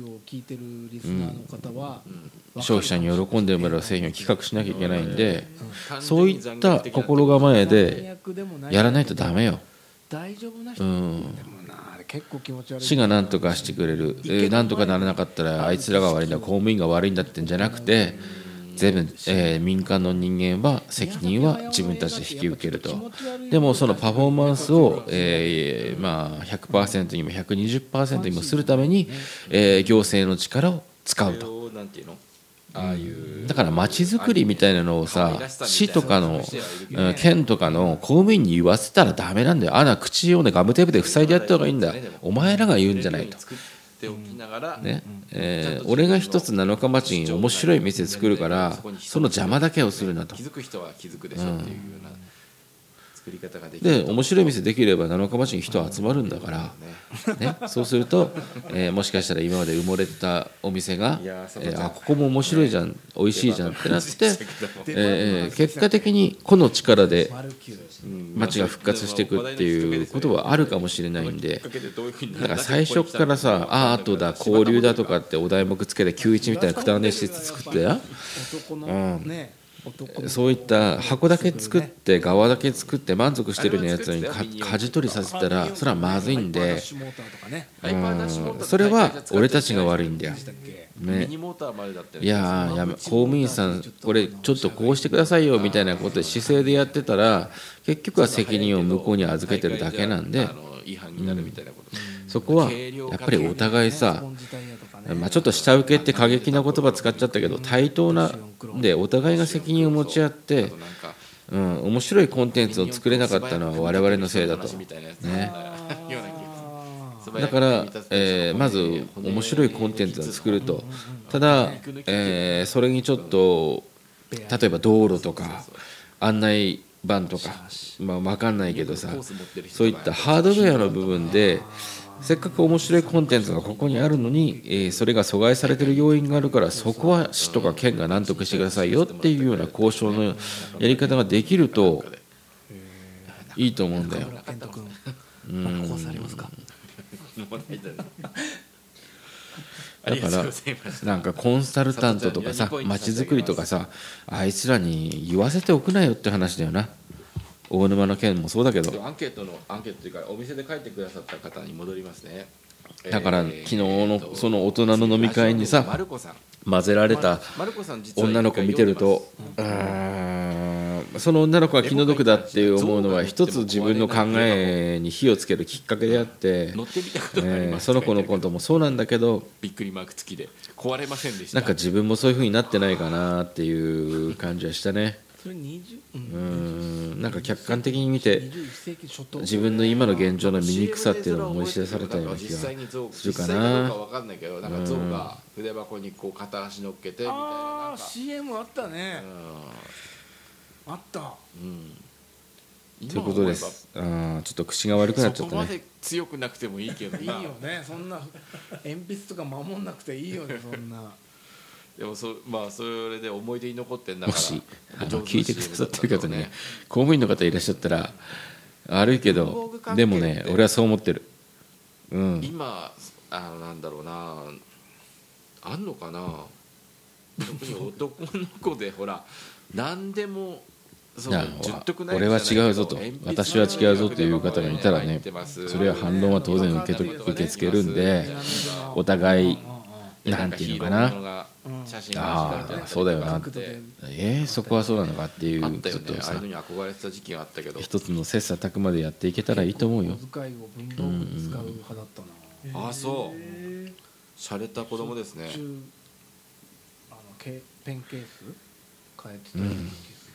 消費者に喜んでもらう製品を企画しなきゃいけないんでそういった心構えでやらないとダメよ。 大丈夫な人うんでもなあれ結構気持ち悪い市が何とかしてくれる、えー、何とかならなかったらあいつらが悪いんだ公務員が悪いんだってんじゃなくて全部、えー、民間の人間は責任は自分たちで引き受けるとでもそのパフォーマンスを、えーまあ、ひゃくパーセント にも ひゃくにじゅっパーセント にもするために、えー、行政の力を使うとなんていうのああいうだから街づくりみたいなのをさ市とかのうん県とかの公務員に言わせたらダメなんだよあんな口をねガムテープで塞いでやった方がいいんだお前らが言うんじゃないと作っておきながら、 ねえー俺が一つ七日町に面白い店作るからその邪魔だけをするなと気づく人は気づくでしょっていうような作り方ができでる面白い店できれば七日町に人集まるんだから、ね、そうすると、えーもしかしたら今まで埋もれてたお店が、えーあここも面白いじゃん美味しいじゃんってなって、えー結果的に個の力で町が復活していくっていうことはあるかもしれないんでだから最初からさアートだ交流だとかってお題目つけてきゅういちみたいなくだらねえ施設作ってや男のね男のそういった箱だけ作って側だけ作って満足してるようなやつにか舵取りさせたらそれはまずいんでうんそれは俺たちが悪いんだよ、ね、 ミニモーターまでだったよいやーやめ公務員さんこれちょっとこうしてくださいよみたいなことで姿勢でやってたら結局は責任を向こうに預けてるだけなんであの違反になるみたいなこと、 そこはやっぱりお互いさまあ、ちょっと下請けって過激な言葉使っちゃったけど対等なでお互いが責任を持ち合って、うん、面白いコンテンツを作れなかったのは我々のせいだと、ね、だから、えー、まず面白いコンテンツを作るとただ、えー、それにちょっと例えば道路とか案内板とか、まあ、分かんないけどさそういったハードウェアの部分でせっかく面白いコンテンツがここにあるのに、えー、それが阻害されている要因があるからそこは市とか県が何とかしてくださいよっていうような交渉のやり方ができるといいと思うんだよ。 健人君、まだコースありますか？ だからなんかコンサルタントとかさ街づくりとかさあいつらに言わせておくなよって話だよな。大沼の件もそうだけどアンケートのアンケートというかお店で書いてくださった方に戻りますね。 だから昨日のその大人の飲み会にさ混ぜられた女の子見てるとその女の子が気の毒だって思うのは一つ自分の考えに火をつけるきっかけであってその子のこともそうなんだけどびっくりマーク付きで壊れませんでした。 なんか自分もそういう風になってないかなっていう感じはしたね。 それにじゅう、 うん、なんか客観的に見て自分の今の現状の醜さっていうのを思い知らされたような気がするかな。 実際にどうかわかんないけど、なんか象が筆箱にこう片足乗っけてみたいな、なんかシーエム あったね、あった、 うん、ということです。あちょっと口が悪くなっちゃったね。 そこまで強くなくてもいいけどいいよね、そんな鉛筆とか守んなくていいよねそんな。 でもそ、まあ、それで思い出に残ってんだから、 もしあの聞いてくださってる方に、ね、公務員の方いらっしゃったら悪いけどでもね俺はそう思ってる、うん、 今あのなんだろうなあんのかな特に男の子でほら何でもそう俺は違うぞと私は違うぞという方がいたらねそれは反論は当然受けと受け付けるんでお互いなんていうのかなああそうだよなえー、そこはそうなのかっていうちょっとさ一つの切磋琢磨でやっていけたらいいと思うよ。 小遣いを文房具に使う派だったな。 ああそう洒落た子供ですね。 あのペンケース変えてた、うん、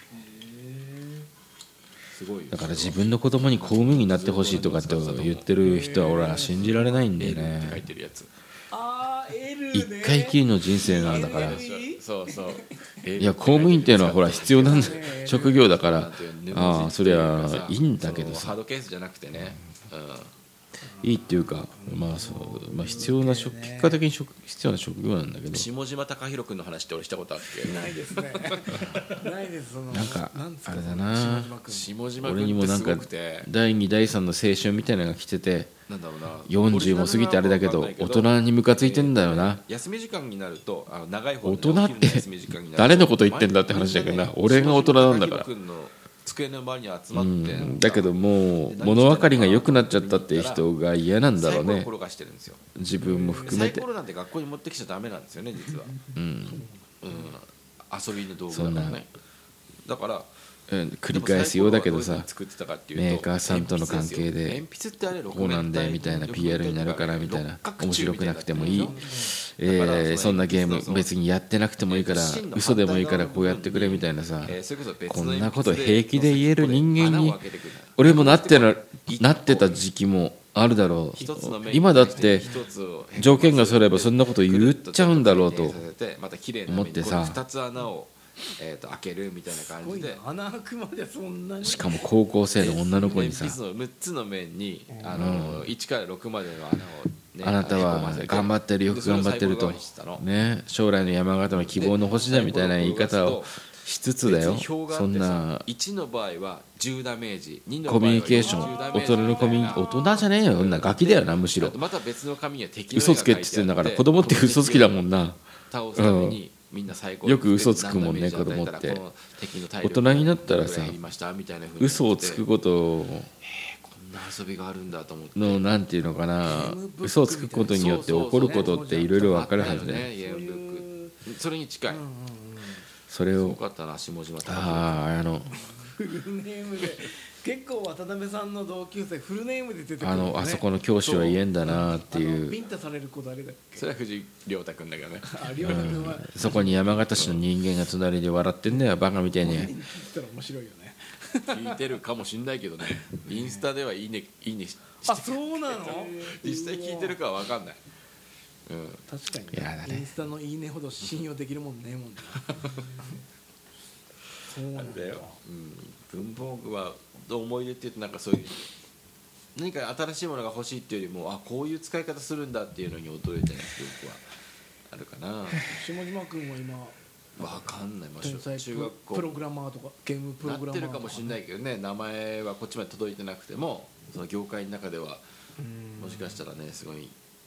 すごいだから自分の子供に公務員になってほしいとかって言ってる人は俺は信じられないんだよね。 書いてるやつ一回きりの人生なんだから。 そうそういや公務員っていうのはほら必要な職業だからああそりゃいいんだけどさハードケースじゃなくてね、 いいっていうかまあそうまあ必要な職結果的に必要な職業なんだけど。 下島貴弘君の話って俺したことあっけ？ ないですね。ないですそのなんかあれだな下島俺にもなんかだいにだいさんの青春みたいなのが来ててよんじゅうも過ぎてあれだけど大人にムカついてんだよな。 休み時間になるとあの長い方大人って誰のこと言ってんだって話だけどな俺が大人なんだから。 机の周りに集まって、うん、 だけどもう物分かりが良くなっちゃったって人が嫌なんだろうね。 サイコロ転がしてるんですよ自分も含めて。 サイコロなんて学校に持ってきちゃダメなんですよね実は、うんうん、遊びの道具だからね。だからうん、繰り返すようだけどさメーカーさんとの関係でこうなんでみたいな ピーアール になるからみたいな面白くなくてもいい、えー、そんなゲーム別にやってなくてもいいから嘘でもいいからこうやってくれみたいなさこんなこと平気で言える人間に俺もなってななってた時期もあるだろう。今だって条件がそればそんなこと言っちゃうんだろうと思ってさえー、と開けるみたいな感じで穴開くまでそんなにしかも高校生の女の子にさ鉛筆のむっつの面にあの、うん、いちからろくまでの穴を、ね、 あなたは頑張ってるよく頑張ってると、ね、将来の山形の希望の星だみたいな言い方をしつつだよ。そんないちの場合はじゅうダメージにのコミュニケーション大人のコミュニ大人じゃねえよそんなガキだよなむしろ。 また別の紙には敵の嘘つけって言ってんだから子供って嘘つきだもんな。 倒すために、うんみんな最高よく嘘つくもんね子供って大人になったらさ嘘をつくことを、 えー、こんな遊びがあるんだと思ってのなんていうのかな嘘をつくことによって起こることっていろいろ分かるはずね。 それに近いそれをよかったな下島あああのフルネームで結構渡辺さんの同級生フルネームで出てくる、ね、 あのあそこの教師は言えんだなっていうビンタされる子誰だっけ。 それは藤井亮太君だけどねあ亮太君は、 うん、そこに山形市の人間が隣で笑ってんだよバカみたいに。聞いたら面白いよね聞いてるかもしんないけどねインスタではいいねいいねしてあそうなの実際聞いてるかは分かんない、 うん、確かに、ね、インスタのいいねほど信用できるもんねもんねそうなんだよ、うん、文房具は思い出って言うとなんかそういう何か新しいものが欲しいっていうよりもあこういう使い方するんだっていうのに驚いた記憶はあるかな。 下島君は今わかんない、まあ、 天才中学校プログラマーとかゲームプログラマーとか、ね、 なってるかもしれないけどね名前はこっちまで届いてなくてもその業界の中ではもしかしたらねすごい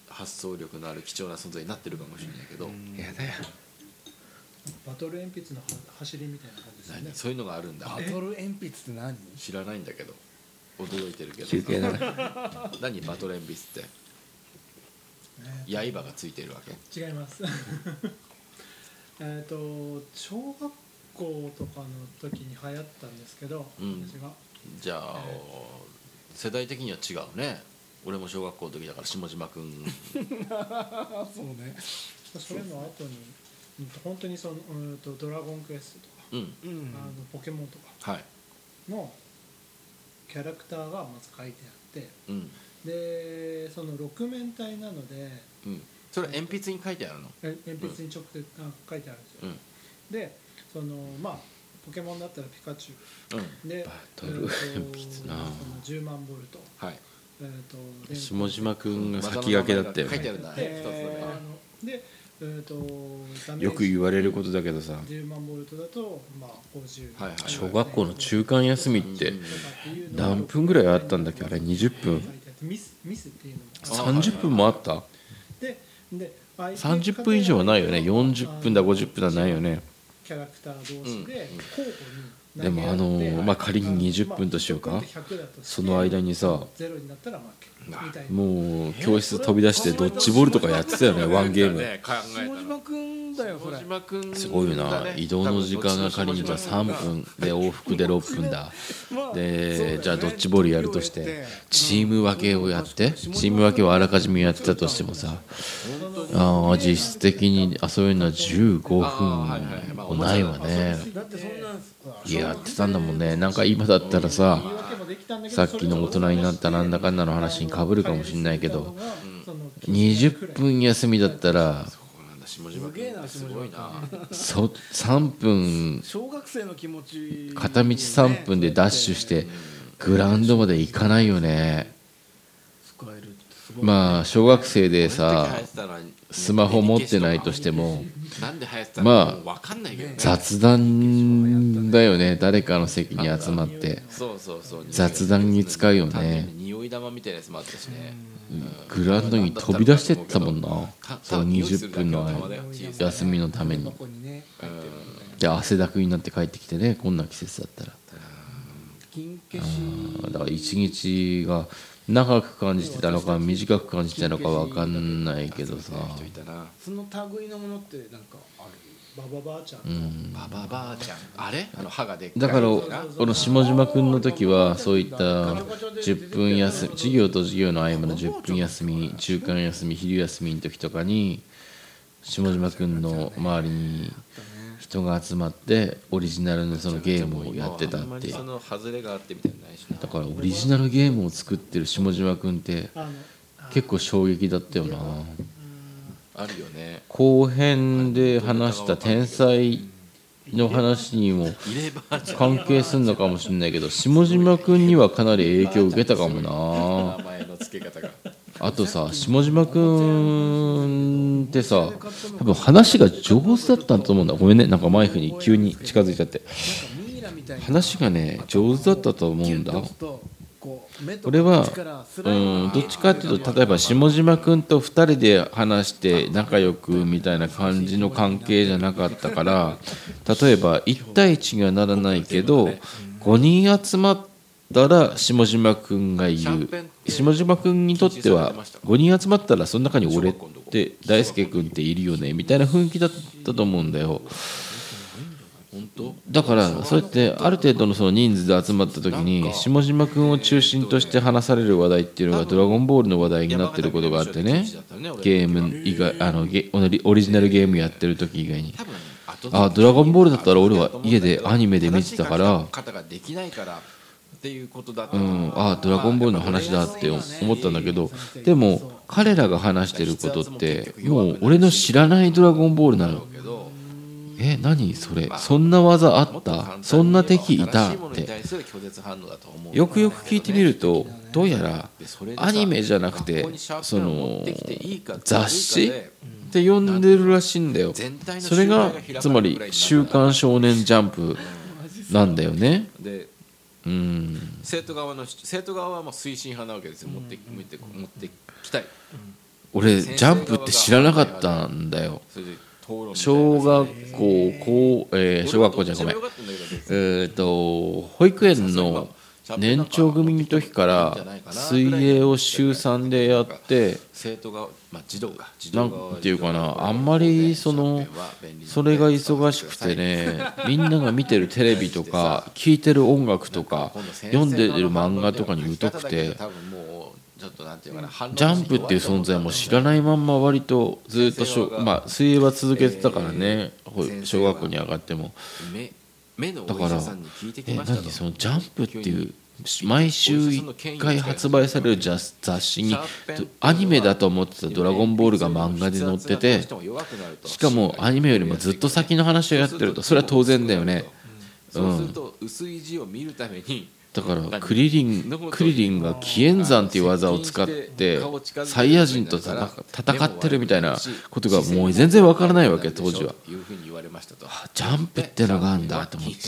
発想力のある貴重な存在になってるかもしれないけど、 やだよバトル鉛筆の走りみたいな感じですよね何そういうのがあるんだ。 バトル鉛筆って何？ 知らないんだけど驚いてるけど休憩だね何バトル鉛筆って刃がついてるわけ？ 違いますえっと小学校とかの時に流行ったんですけど、 うん私がじゃあ、世代的には違うね。俺も小学校の時だから下島くんそうね。 それの後にうんと本当にそのうんとドラゴンクエストとか、 うんうんあのポケモンとかはいのキャラクターがまず書いてあってうんでその六面体なのでうんそれ鉛筆に書いてあるの？ え鉛筆に直接、あ書いてあるんですよ、 うんでそのまあポケモンだったらピカチュウうんでバトル鉛筆なそのじゅうまんボルト、 はいえー、と下島くんが先駆けだったよね書いてあるんだねで一つだねあので、えー、とダメージよく言われることだけどさじゅうまんボルトだと、まあ、ごじゅう、 はいはいはい小学校の中間休みって何分ぐらいあったんだっけあれにじゅっぷんミスミスっていうのもあさんじゅっぷんもあったででさんじゅっぷん以上はないよねよんじゅっぷんだごじゅっぷんだないよねキャラクター同士で交互にでもあのーまあ仮ににじゅっぷんとしようかその間にさゼロになったら負けみたいなもう教室飛び出してドッジボールとかやってたよねワンゲームね考え下島くんだよそれ。 下島くんすごいよな移動の時間が仮にじゃあさんぷんで往復でろっぷんだまあでじゃあドッジボールやるとしてチーム分けをやってチーム分けをあらかじめやってたとしてもさあ実質的に遊べるのはじゅうごふんもないわねだってそんなんやってたんだもんねなんか今だったらさ言い訳もできたんだけどさっきの大人になったなんだかんだの話にかぶるかもしれないけどそのにじゅっぷん休みだったらそうなんだ下島くんすごいなそさんぷん小学生の気持ち片道さんぷんでダッシュしてグラウンドまで行かないよね使えるってすごい。 まあ小学生でさこの時流行ってたのはスマホ持ってないとしてもなんで流行ってたのまあかもう分かんないけどね雑談だよね誰かの席に集まってそうそうそう雑談に使うよね単純に匂い玉みたいなやつもあったしねグラウンドに飛び出してったもんなたそのにじゅっぷんの多分匂いするだけの玉だよ小さい休みのためにここにね入ってるのね。 で汗だくになって帰ってきてねこんな季節だったら金消しだから一日が長く感じてたのか短く感じてたのか分かんないけどさ人いたなその類のものってなんかある？ バババアちゃん、 うんバババアちゃんあれあの歯がでっかいだからなこの下島くんの時はそういったじゅっぷん休み授業と授業の合間のじゅっぷん休み中間休み昼休みの時とかに下島くんの周りに人が集まってオリジナルのそのゲームをやってたあんまってりその外れがあってみたいなのないしなだからオリジナルゲームを作ってる下島くんってあの結構衝撃だったよなあるよね後編で話した天才の話にも入れ歯じゃん関係するのかもしれないけど下島くんにはかなり影響を受けたかもな名前の付け方があとさ下島くんってさ多分話が上手だったと思うんだごめんねなんかマイクに急に近づいちゃってミイラみたいな話がね上手だったと思うんだギュッと押すとこう目と俺は力スうライムんどっちかっていうと例えば下島くんとふたりで話して仲良くみたいな感じの関係じゃなかったから例えばいち対いちにはならないけどごにん集まったら下島くんが言う下島くんにとってはごにん集まったらその中に俺って大輔くんっているよねみたいな雰囲気だったと思うんだよ本当だからそうやってある程度のその人数で集まった時に下島くんを中心として話される話題っていうのがドラゴンボールの話題になってることがあってねゲーム以外あのゲオリジナルゲームやってる時以外にあドラゴンボールだったら俺は家でアニメで見てたから方ができないからっていうことだったうんあドラゴンボールの話だって思ったんだけどでも彼らが話してることってもう俺の知らないドラゴンボールなのけどえ何それそんな技あったそんな敵いたってよくよく聞いてみるとどうやらアニメじゃなくてその雑誌って呼んでるらしいんだよそれがつまり「週刊少年ジャンプ」なんだよねでうん生徒側の生徒側はもう推進派なわけですよ持って持って持ってきたい俺ジャンプって知らなかったんだよ。小学校高、えー、小学校じゃごめんえーと保育園の年長組の時から水泳を週さんでやってなんていうかな、あんまりそのそれが忙しくてね、みんなが見てるテレビとか聴いてる音楽とか読んでる漫画とかに疎くて、ジャンプっていう存在も知らないまんま割とずっと小、まあ、水泳は続けてたからね、小学校に上がっても。だから、え何そのジャンプっていう毎週いっかい発売される雑誌にアニメだと思ってた「ドラゴンボール」が漫画で載ってて、しかもアニメよりもずっと先の話をやってると、それは当然だよね。 そうすると薄い字を見るためにだからクリリンクリリンが紀元山っていう技を使ってサイヤ人と戦ってるみたいなことがもう全然わからないわけ、当時は。ジャンプってのがあるんだと思って、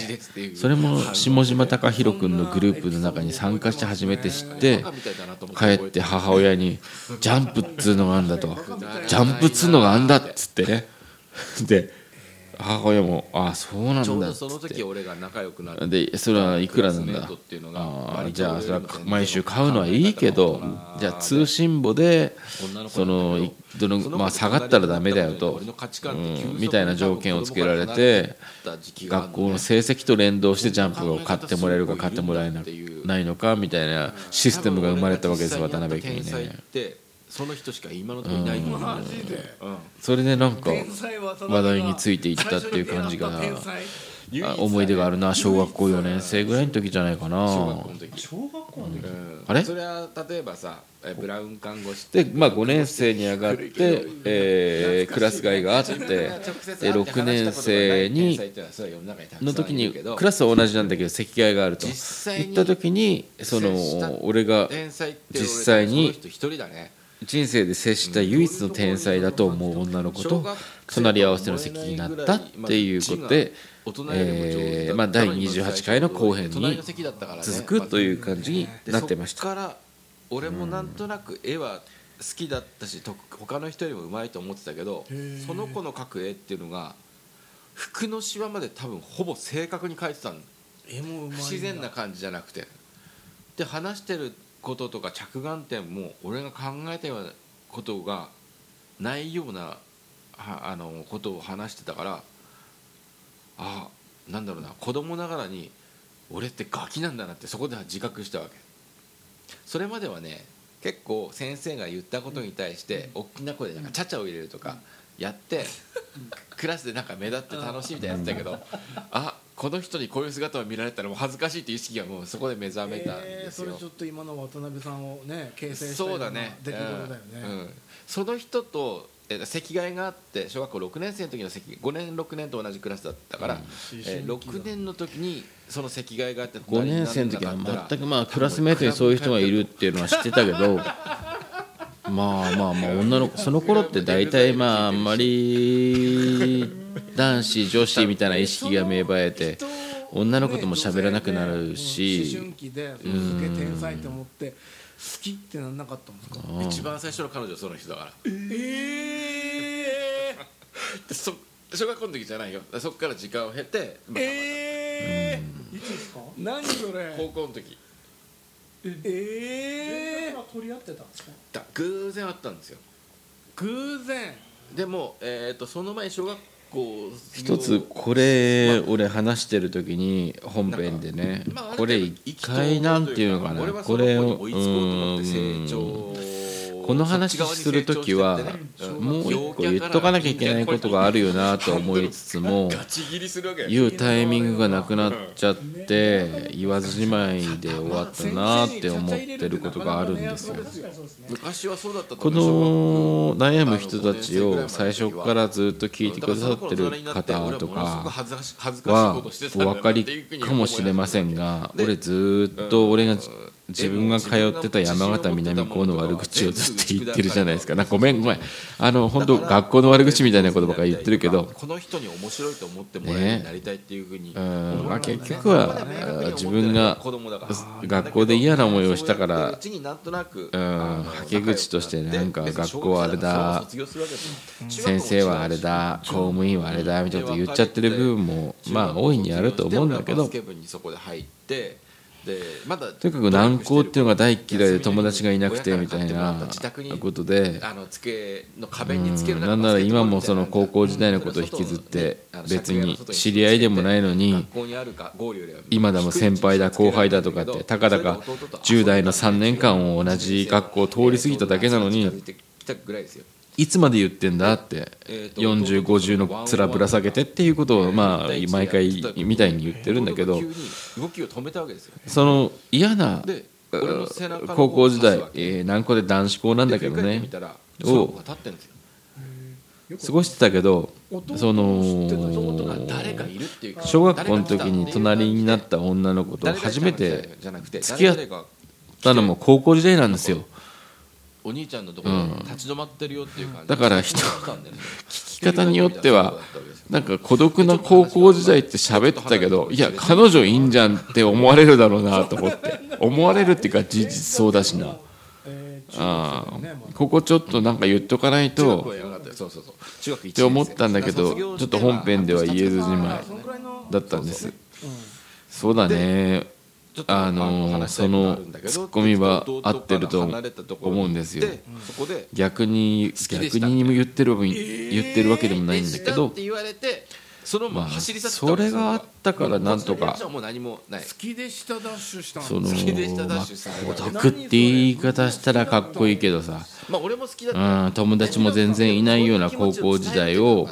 それも下島隆弘君のグループの中に参加して初めて知って、帰って母親に「ジャンプっつうのがあるんだ」と「ジャンプっつうのがあるんだ」っつってねで母親も「ああそうなんだ」っつって、ちょうどその時俺が仲良くなって、 でそれはいくらなんだ、あじゃあそれは毎週買うのはいいけど、じゃあ通信簿でそのどの、まあ、下がったらダメだよと、うん、みたいな条件をつけられて、学校の成績と連動してジャンプを買ってもらえるか買ってもらえないのかみたいなシステムが生まれたわけです、渡辺家にね。 その人しか今のところいないの、マジで、 うん、それでなんか話題についていったっていう感じが思い出があるな。小学校よねん生ぐらいの時じゃないかな。 小学校の時、小学校の時、 うん、あれそれは例えばさブラウン看護師で、まあ、ごねん生に上がって、えー、クラス替えがあってでろくねん生にの時にクラスは同じなんだけど席替えがあるといった時に、その俺が実際に人生で接した唯一の天才だと思う女の子と隣り合わせの席になったっていうことで、えーまあ、だいにじゅうはちかいの後編に続くという感じになってました。 そこから俺もなんとなく絵は好きだったし、他の人よりもうまいと思ってたけど、その子の描く絵っていうのが服のシワまで多分ほぼ正確に描いてたの。 絵もうまいんだ。 不自然な感じじゃなくて、で話してることとか着眼点も俺が考えたようなことがないようなあのことを話してたから、あなんだろうな、子供ながらに俺ってガキなんだなってそこでは自覚したわけ。それまではね、結構先生が言ったことに対して大きな声でなんかチャチャを入れるとかやってクラスでなんか目立って楽しいみたいなやつだけど、あこの人にこういう姿を見られたらもう恥ずかしいっていう意識がもうそこで目覚めたんですよ。 えー、それちょっと今の渡辺さんをね形成したような出来事だよね。 うんうん、その人と席替えがあって、小学校ろくねん生の時の席ごねんろくねんと同じクラスだったから、うんえー、ろくねんの時にその席替えがあってごねん生の時は全くまあクラスメートにそういう人がいるっていうのは知ってたけどまあまあまあ女の子その頃って大体まああんまり男子女子みたいな意識が芽生えて女の子とも喋らなくなるし、 思春期ですげえ天才って思って好きってなんなかったんですか。 一番最初の彼女はその人だから。 えー、そ小学校の時じゃないよ。そこから時間を経て、 えー、いつですか。 何それ。 高校の時。 ええー、 取り合ってたんですか。 だ偶然あったんですよ。 偶然。 でも、えー、とその前小学校一つこれ俺話してる時に本編でね、これ一回なんていうのかな、これをこの話する時はもう一個言っとかなきゃいけないことがあるよなと思いつつも言うタイミングがなくなっちゃって言わずじまいで終わったなって思ってることがあるんですよ。 昔はそうだったとこの悩む人たちを最初からずっと聞いてくださってる方とかはお分かりかもしれませんが、俺ずっと俺が自分が通ってた山形南高の悪口をずっと言ってるじゃないですか。なんかごめんごめん、あの本当学校の悪口みたいなことばっかり言ってるけど、 この人に面白いと思ってもらえるようになりたいっていうふうに、 ね、うんまあ、結局は自分が学校で嫌な思いをしたから、うん、はけ口としてなんか学校はあれだ、先生はあれだ、公務員はあれだみたいなこと言っちゃってる部分もまあ大いにあると思うんだけど、 でまだとにかく難航っていうのが大嫌いで友達がいなくてみたいなことで、なんなら今もその高校時代のことを引きずって別に知り合いでもないのに今でも先輩だ後輩だとかってたかだかじゅう代のさんねんかんを同じ学校を通り過ぎただけなのにいつまで言ってんだってよんじゅう、ごじゅうの面ぶら下げてっていうことをまあ毎回みたいに言ってるんだけど、その嫌な高校時代南高で男子校なんだけどねを過ごしてたけど、その小学校の時に隣になった女の子と初めて付き合ったのも高校時代なんですよ。 お兄ちゃんのところに立ち止まってるよっていう感じ、 うん、だから人聞き方によってはなんか孤独な高校時代って喋ってたけど、いや彼女いいんじゃんって思われるだろうなと思って思われるっていうか事実そうだしな、あここちょっとなんか言っとかないとって思ったんだけど、ちょっと本編では言えずじまいだったんです。そうだね、あのそのツッコミは合ってると思うんですよ。逆に逆に言ってる言ってるわけでもないんだけど、まあそれがあったからなんとか好きでしたダッシュしたんその孤独って言い方したらかっこいいけどさ、うん友達も全然いないような高校時代を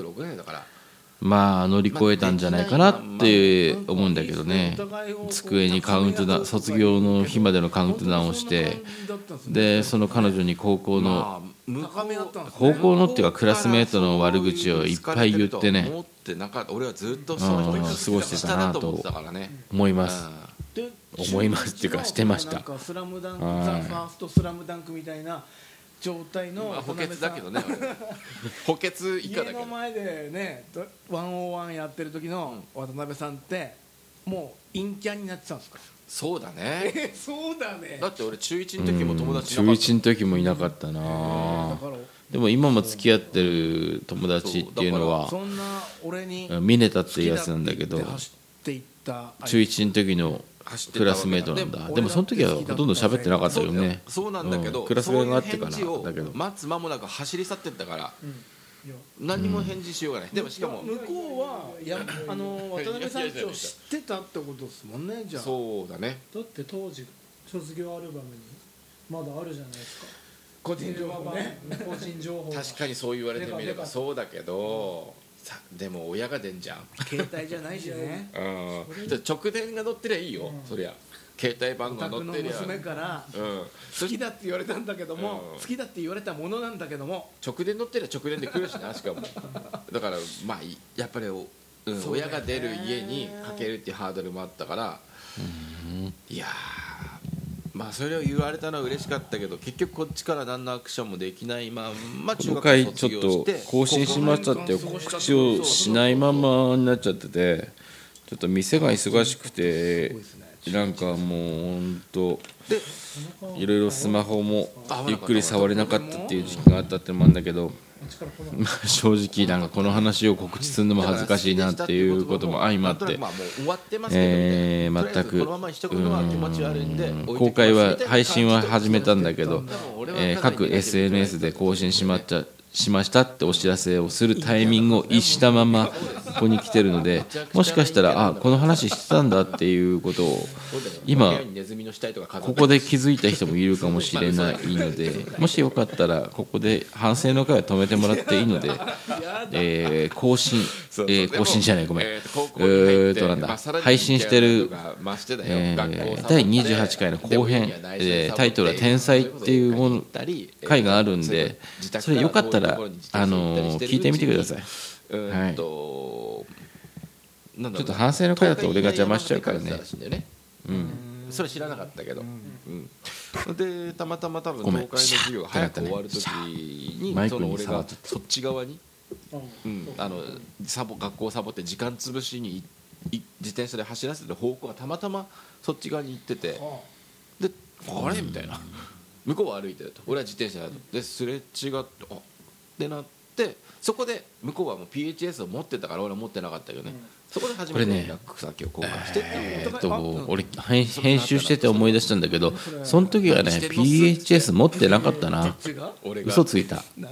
まあ乗り越えたんじゃないかなって思うんだけどね。机にカウントダウン、卒業の日までのカウントダウンをして、でその彼女に高校の高校のっていうかクラスメートの悪口をいっぱい言ってね、うん過ごしてたなと思います。思いますっていうかしてました。 スラムダンク、ザ・ファーストスラムダンクみたいな状態の補欠だけどね補欠以下だけど家の前でねワンオーワンやってる時の渡辺さんってもう陰キャになってたんですか？ そうだねそうだね。 だって俺中いちの時も友達いなかった、 中いちの時もいなかったな。でも今も付き合ってる友達っていうのはミネタっていうやつなんだけど、中いちの時のクラスメートなんだ。でもその時はほとんど喋ってなかったよね。 そうなんだけど、 クラスメートがあってからだけど待つ間もなく走り去ってったから何も返事しようがない。でもしかも向こうはやあの渡辺さんちを知ってたってことですもんね。じゃあそうだね。 だって当時卒業アルバムにまだあるじゃないですか、 個人情報ね。 個人情報確かにそう言われてみればそうだけど、さでも親が出んじゃん。 携帯じゃないしね。 うん。直電が乗ってりゃいいよ。そりゃ携帯番号乗ってりゃ。 娘から好きだって言われたんだけども、好きだって言われたものなんだけども、 直電乗ってりゃ直電で来るしな。しかもだからまあやっぱり親が出る家にかけるっていうハードルもあったから、いやまあそれを言われたのは嬉しかったけど、結局こっちから何のアクションもできないまま中学校卒業して、 今回ちょっと更新しましたって告知をしないままになっちゃってて、ちょっと店が忙しくてなんかもう本当いろいろスマホもゆっくり触れなかったっていう時期があったってのもあるんだけど、正直なんかこの話を告知するのも恥ずかしいなっていうことも相まって、えー、全く公開は配信は始めたんだけど、えー、各 エスエヌエス で更新しまっちゃしましたってお知らせをするタイミングを逸したままここに来てるので、もしかしたらあこの話してたんだっていうことを今ここで気づいた人もいるかもしれないので、もしよかったらここで反省の会を止めてもらっていいので、えー、更新、えー、更新じゃないごめんえーとなんだ配信してる、えー、だいにじゅうはちかいの後編、えー、タイトルは天才っていうもの回があるんで、それよかったらあの聞いてみてください。はい、ちょっと反省の回だと俺が邪魔しちゃうからね。うん、 それ知らなかったけど、うんうん、でたまたま多分ごめん東海の授業が早く終わる時にマイクその俺がに触っちゃったそっち側に、うん、あのサボ学校をサボって時間潰しにい自転車で走らせてる方向がたまたまそっち側に行ってて、であれみたいな、向こうは歩いてると俺は自転車ですれ違ってあってなって、そこで向こうはもう ピーエイチエス を持ってたから俺は持ってなかったけどね、そこで初めて連絡先を交換してっていう、 えーっと俺編編集してて思い出したんだけど、その時はね ピーエイチエス 持ってなかったな。嘘ついた、うん、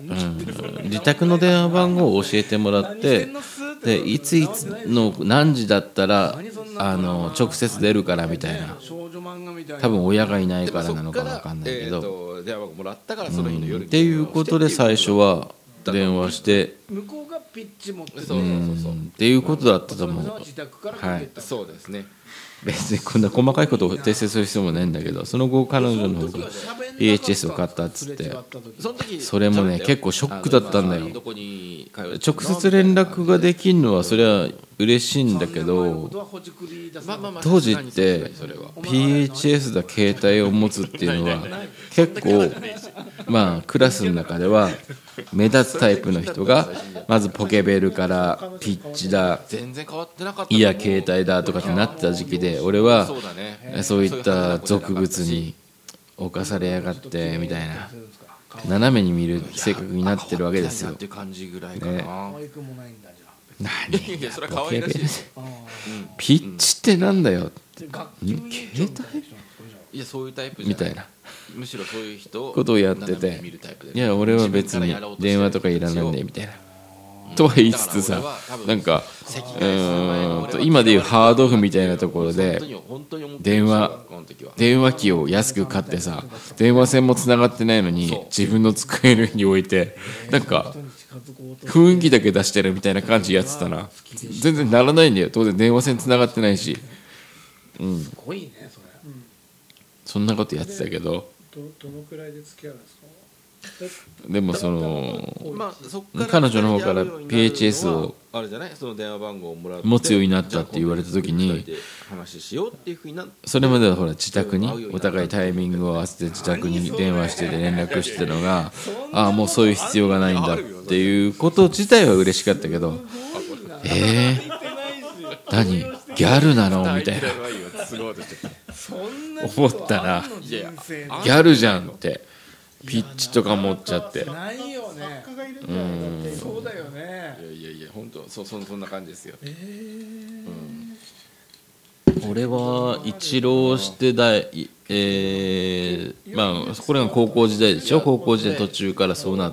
自宅の電話番号を教えてもらって、でいついつの何時だったらあの直接出るからみたいな、多分親がいないからなのか分かんないけど、 電話番号もらったからその日の夜にっていうことで最初は電話して向こうがピッチ持ってて、 そうそうそうっていうことだったと思う。 自宅からはい、 そうですね。 別にこんな細かいことを訂正する必要もないんだけど、その後彼女の方が ピーエイチエス を買ったっつって、 その時それもね結構ショックだったんだよ。 どこに通う直接連絡ができるのはそれは嬉しいんだけど、当時って ピーエイチエス だ携帯を持つっていうのは結構まあクラスの中では目立つタイプの人がまずポケベルからピッチだ、 全然変わってなかった。 いや携帯だとかってなってた時期で、俺はそうだね、 そういった俗物に侵されやがってみたいな斜めに見る性格になってるわけですよ。 って感じぐらいかな。 可愛くもないんだじゃあ。 何いやそれは可愛らしいです。 ピッチってなんだよ、 楽器に携帯いやそういうタイプじゃないみたいなむしろそういう人をことをやって斜めにて、 見るタイプでいや俺は別に電話とかいらないんだよみたいなとは言いつつさ、なんかうーんと今でいうハードオフみたいなところで電話電話機を安く買ってさ、電話線もつながってないのに自分の机の上に置いて、なんか雰囲気だけ出してるみたいな感じやってたな。全然ならないんだよ、当然電話線つながってないし、うん、 すごいねそれ。 そんなことやってたけど、 どどのくらいで付き合うんですか？ でもそのまあそっから彼女の方から ピーエイチエス をあれじゃないその電話番号をもらって持つようになったって言われた時に、 話しようっていうふうになってそれまではほら自宅にお互いタイミングを合わせて自宅に電話してて連絡してたのが、ああもうそういう必要がないんだっていうこと自体は嬉しかったけど、えー、何ギャルなのみたいな思ったな。ギャルじゃんって、ピッチとか持っちゃって。 ないよね。 作家がいるんだよ。そうだよね。 いやいやいや本当そそそんな感じですよ。 えー俺は一浪してだい、えー、まあこれが高校時代でしょ。高校時代途中からそうなって、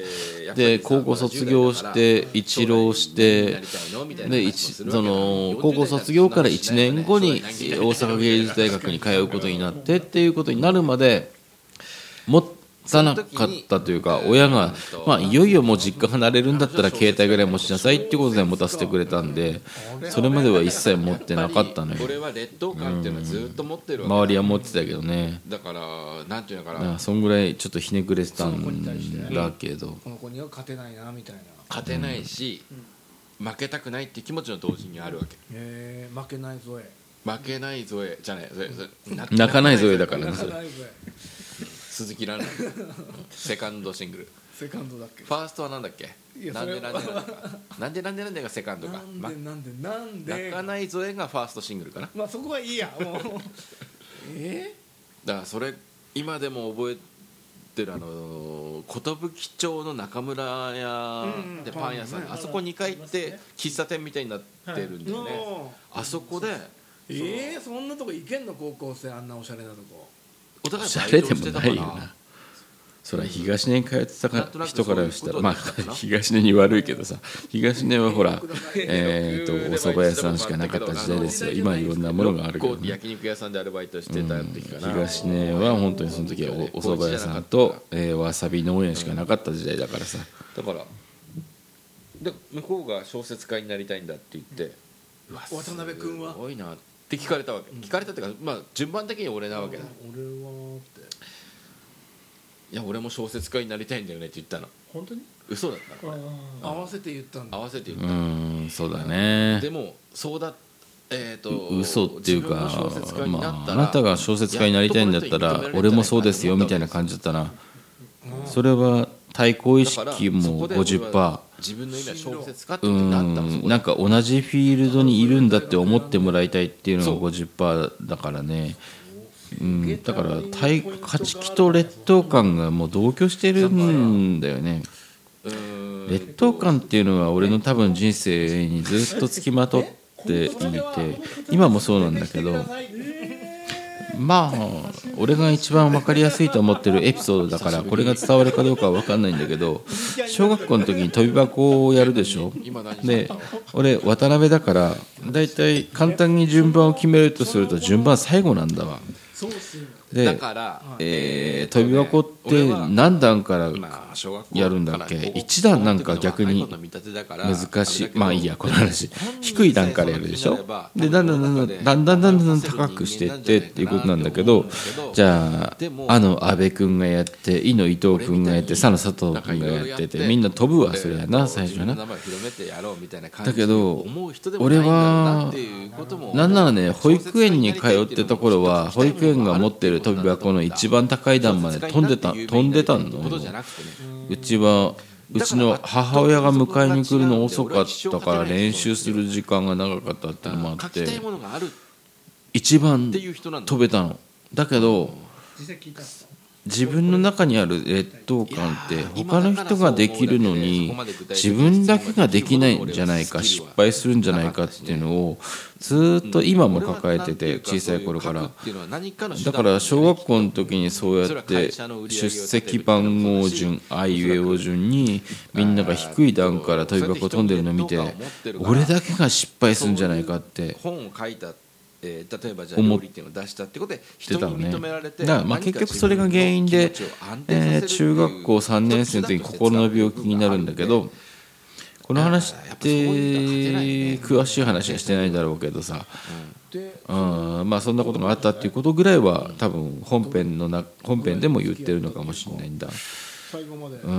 で高校卒業して一浪してで一その高校卒業からいちねんごに大阪芸術大学に通うことになってっていうことになるまで持たなかったというか、親が、まあ、いよいよもう実家離れるんだったら携帯ぐらい持ちなさいっていうことで持たせてくれたんで、それまでは一切持ってなかったのよ。 俺は劣等感っていうのはずっと持ってるわけ、 周りは持ってたけどね。 だからなんていうのかだからな、 そんぐらいちょっとひねくれてたんだけど、 この子には勝てないなみたいな。 勝てないし、負けたくないっていう気持ちの同時にあるわけ。 えー、負けないぞえ。 負けないぞえじゃないぞえ泣かないぞえだからねそれ。 鈴木蘭セカンドシングル。 セカンドだっけ。 ファーストはなんだっけ。 いやなんでそれなんでなんでなんでなんでなんでがセカンドか。 なんでなんでなんで。 泣かないぞえがファーストシングルかな。 まあそこはいいやもう。えだからそれ今でも覚えてるあの寿町の中村屋でパン屋さん、あそこにかいって喫茶店みたいになってるんだよね。あそこでえー、そんなとこ行けんの高校生、あんなおしゃれなとこ。 お互いおしゃれでもないよな。それは東根に通ってたか人からしたらまあ東根に悪いけどさ、東根はほらえーとお蕎麦屋さんしかなかった時代ですよ。今いろんなものがあるけど、ね、 焼肉屋さんでアルバイトしてた時かな、 うん、東根は本当にその時は お, お蕎麦屋さんと、えー、わさび農園しかなかった時代だからさ、 だからで向こうが小説家になりたいんだって言って、 うん、渡辺君はすごいなって聞かれたわけ、うん、聞かれたっていうか、まあ、順番的に俺なわけだ、 うん、俺はっていや俺も小説家になりたいんだよねって言ったの。 本当に嘘だったの。 合わせて言ったんだ。 合わせて言ったうーんそうだね。 でもそうだえー、と嘘っていうか、まあ、あなたがが小説家になりたいんだったら俺もそうですよみたいな感じだったな。それは対抗意識も ごじゅっパーセント、 自分の今小説家ってうなったんなんか同じフィールドにいるんだって思ってもらいたいっていうのが ごじゅっパーセント だからね。うん、だから対勝ち気と劣等感がもう同居してるんだよね。劣等感っていうのは俺の多分人生にずっとつきまとっていて、今もそうなんだけど、まあ俺が一番分かりやすいと思ってるエピソードだからこれが伝わるかどうかは分かんないんだけど、小学校の時に跳び箱をやるでしょ。で俺渡辺だからだいたい簡単に順番を決めるとすると順番最後なんだわ。で、えー、跳び箱って何段からやるんだっけ。いち段なんか逆に難しい。まあいいやこの話。低い段からやるでしょ。でだんだんだんだんだんだんだんだん高くしていってっていうことなんだけど、じゃああの阿部君がやっていの伊藤君がやってさの佐藤君がやっててみんな飛ぶわそれやな最初な。だけど俺はなんならね保育園に通ってた頃は保育園が持ってる跳び箱の一番高い段まで飛んでた飛んでたのよ。うちはうちの母親が迎えに来るの遅かったから練習する時間が長かったっていうのもあって一番飛べたの。だけど自分の中にある劣等感って他の人ができるのに自分だけができないんじゃないか失敗するんじゃないかっていうのをずっと今も抱えてて小さい頃から。だから小学校の時にそうやって出席番号順あいうえお順にみんなが低い段から跳び箱飛んでるのを見て俺だけが失敗するんじゃないかってえー、例えばじゃあ料理店を出したってことで人に認められて、 だからまあ結局それが原因で、えー、中学校さんねん生の時に心の病気になるんだけど、この話って詳しい話はしてないだろうけどさ、うん、まあそんなことがあったっていうことぐらいは多分本編のな本編でも言ってるのかもしれないんだ。うん、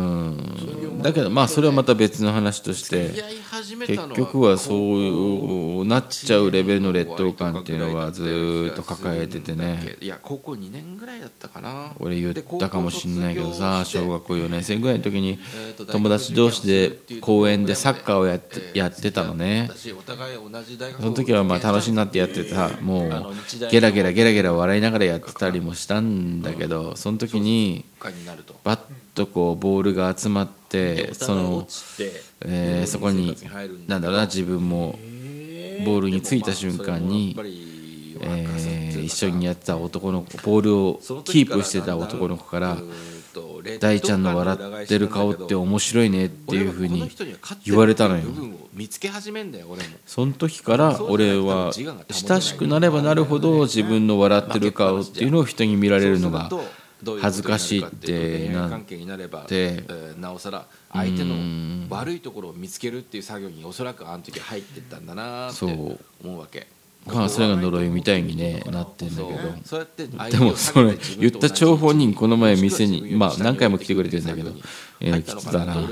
だけどまあそれはまた別の話として結局はそうなっちゃうレベルの劣等感っていうのはずっと抱えててね。 いや高校にねんぐらいだったかな。 俺言ったかもしんないけどさ小学校よねん生ぐらいの時に友達同士で公園でサッカーをやってやってたのね。その時はまあ楽しになってやってたもうゲラゲラゲラゲラ笑いながらやってたりもしたんだけど、その時にバッとこうボールが集まってその、えー、そこになんだろうな自分もボールについた瞬間に、えー、一緒にやってた男の子ボールをキープしてた男の子から大ちゃんの笑ってる顔って面白いねっていう風に言われたのよ。その時から俺は親しくなればなるほど自分の笑ってる顔っていうのを人に見られるのが恥ずかしいってなってなおさら相手の悪いところを見つけるっていう作業におそらくあの時入ってったんだなって思うわけ。 まあそれが呪いみたいにねなってんだけど、でもそれ言った張本人この前店にまあ何回も来てくれてるんだけど来てたな。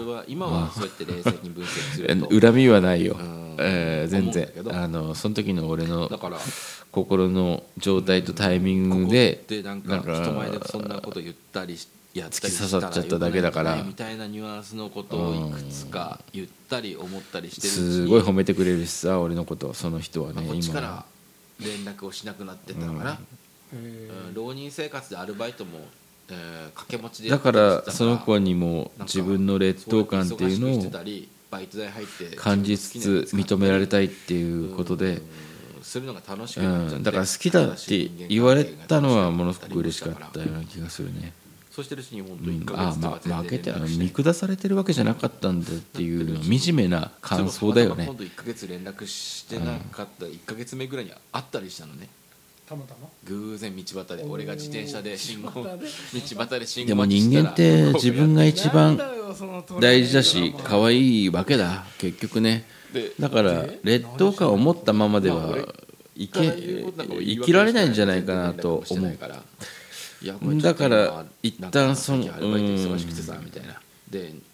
恨みはないよ、えー、全然あのその時の俺の心の状態とタイミングでなんか人前でそんなこと言ったりやったり突き刺さっちゃっただけだからみたいなニュアンスのことをいくつか言ったり思ったりしてるし、 すごい褒めてくれるしさ俺のことその人はね。 こっちから連絡をしなくなってったのかな、うんうん、浪人生活でアルバイトも、えー、掛け持ちでだからその子にも自分の劣等感っていうのを感じつつ認められたいっていうことで、 するのが楽しくなっちゃって、うん、だから好きだって言われたのはものすごく嬉しかったような気がするね。 そうしてるうちに本当いっかげつとか全然連絡して、うん、あ、まあ、負けて見下されてるわけじゃなかったんだっていうの惨めな感想だよね。 今度いっかげつ連絡してなかった、うん、いっかげつめぐらいに会ったりしたのね。 たまたま偶然道端で俺が自転車で信号道端で信号でも人間って自分が一番大事だし可愛いわけだ結局ね。だから劣等感を持ったままでは生き生きられないんじゃないかなと思う。だから一旦その忙しくてさみたいなで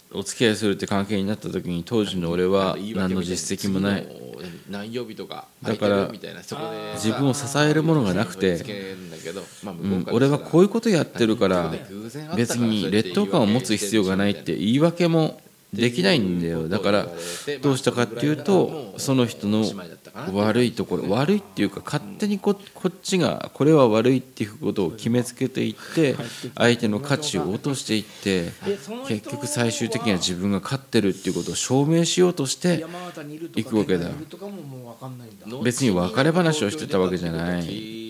お付き合いするって関係になった時に当時の俺は何の実績もない、 何曜日とかだから自分を支えるものがなくて、うん、俺はこういうことやってるから別に劣等感を持つ必要がないって言い訳もできないんだよ。だからどうしたかっていうと、その人の悪いところ、悪いっていうか勝手に こ, こっちがこれは悪いっていうことを決めつけていって相手の価値を落としていって、結局最終的には自分が勝ってるっていうことを証明しようとしていくわけだよ。別に別れ話をしてたわけじゃない、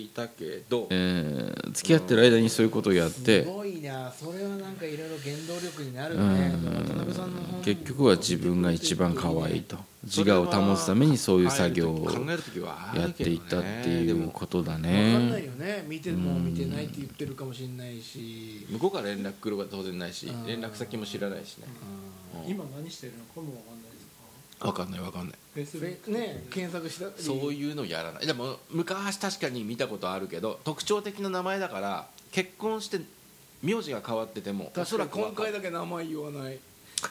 えー、付き合ってる間にそういうことをやって、 すごいな、それはなんかいろいろ原動力になるね。渡辺さんの本結局は自分が一番可愛いと、自我を保つためにそういう作業をやっていったっていうことだね。 分かんないよね、見ても見てないって言ってるかもしれないし、 向こうから連絡来ることは当然ないし、連絡先も知らないしね。 今何してるのかも分かんないですか。 分かんない分かんない、 ね、検索したそういうのやらない。でも昔確かに見たことあるけど、特徴的な名前だから結婚して名字が変わってても、 確かに今回だけ名前言わない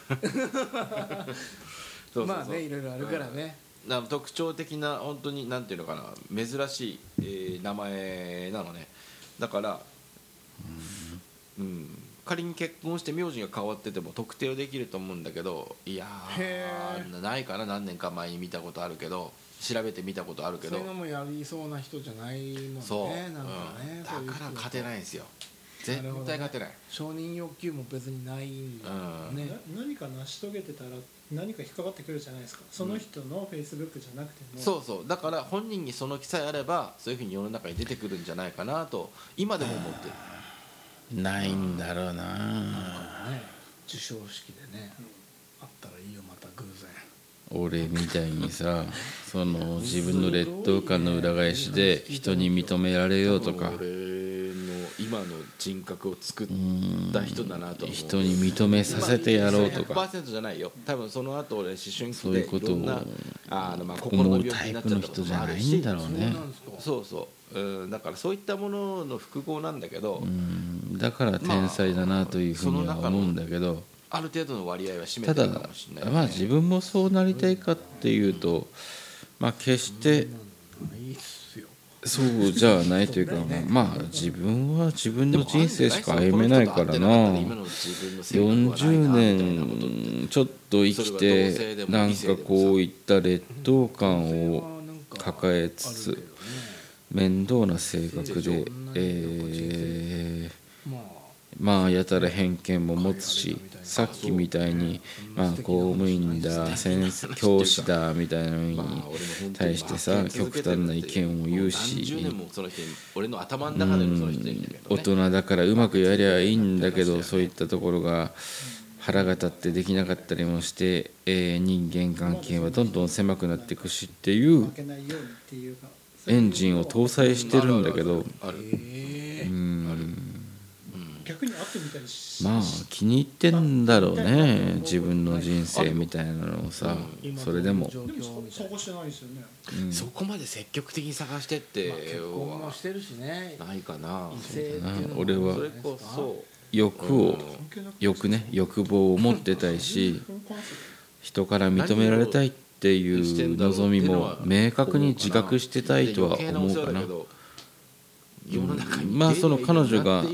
そうそうそう、まあね、いろいろあるからね、 うん、だから特徴的な本当になんていうのかな、珍しい、えー、名前なのね。だから、うん、うん、仮に結婚して名字が変わってても特定はできると思うんだけど、いやーないかな。何年か前に見たことあるけど、調べてみたことあるけど、 そういうのもやりそうな人じゃないもんね。 そう、 なんかね、 うん、だから勝てないんですよ。絶対勝てない、ね、 承認欲求も別にないんだ、ね、 うん、何か成し遂げてたら何か引っかかってくるじゃないですか、その人のフェイスブックじゃなくても、 うん、そうそう、だから本人にその気さえあればそういうふうに世の中に出てくるんじゃないかなと今でも思ってる。ないんだろうな、 なんかね、授賞式でね、うん、あったらいいよ、また偶然俺みたいにさ、その自分の劣等感の裏返しで人に認められようとか、 俺の今の人格を作った人だなと思う。 人に認めさせてやろうとか、 ひゃくパーセント じゃないよ。多分その後俺思春期そういうことを思うタイプの人じゃないんだろうね。 そうそう、うん、だからそういったものの複合なんだけど、 うん、だから天才だなというふうには思うんだけど、 ある程度の割合は占めてるかもしれない、ね、 ただ、まあ、自分もそうなりたいかっていうと、まあ、決してそうじゃないというか、まあ自分は自分の人生しか歩めないからな。よんじゅうねんちょっと生きて、なんかこういった劣等感を抱えつつ面倒な性格で、えー、まあやたら偏見も持つし、さっきみたいにまあ公務員だ、先生、教師だみたいなのに対してさ、極端な意見を言うし、大人だからうまくやりゃいいんだけど、そういったところが腹が立ってできなかったりもして、えー、人間関係はどんどん狭くなっていくしっていうエンジンを搭載してるんだけど、 逆に会ってみたりし、 まあ気に入ってんだろうね、自分の人生みたいなのをさ、うん、それでもでも探してないですよね、 うん、そこまで積極的に探してって、まあ、 結婚もしてるしね、 ないかな。 俺は欲を欲ね欲望を持ってたいし、人から認められたいっていう望みも明確に自覚してたいとは思うかな。まあその彼女が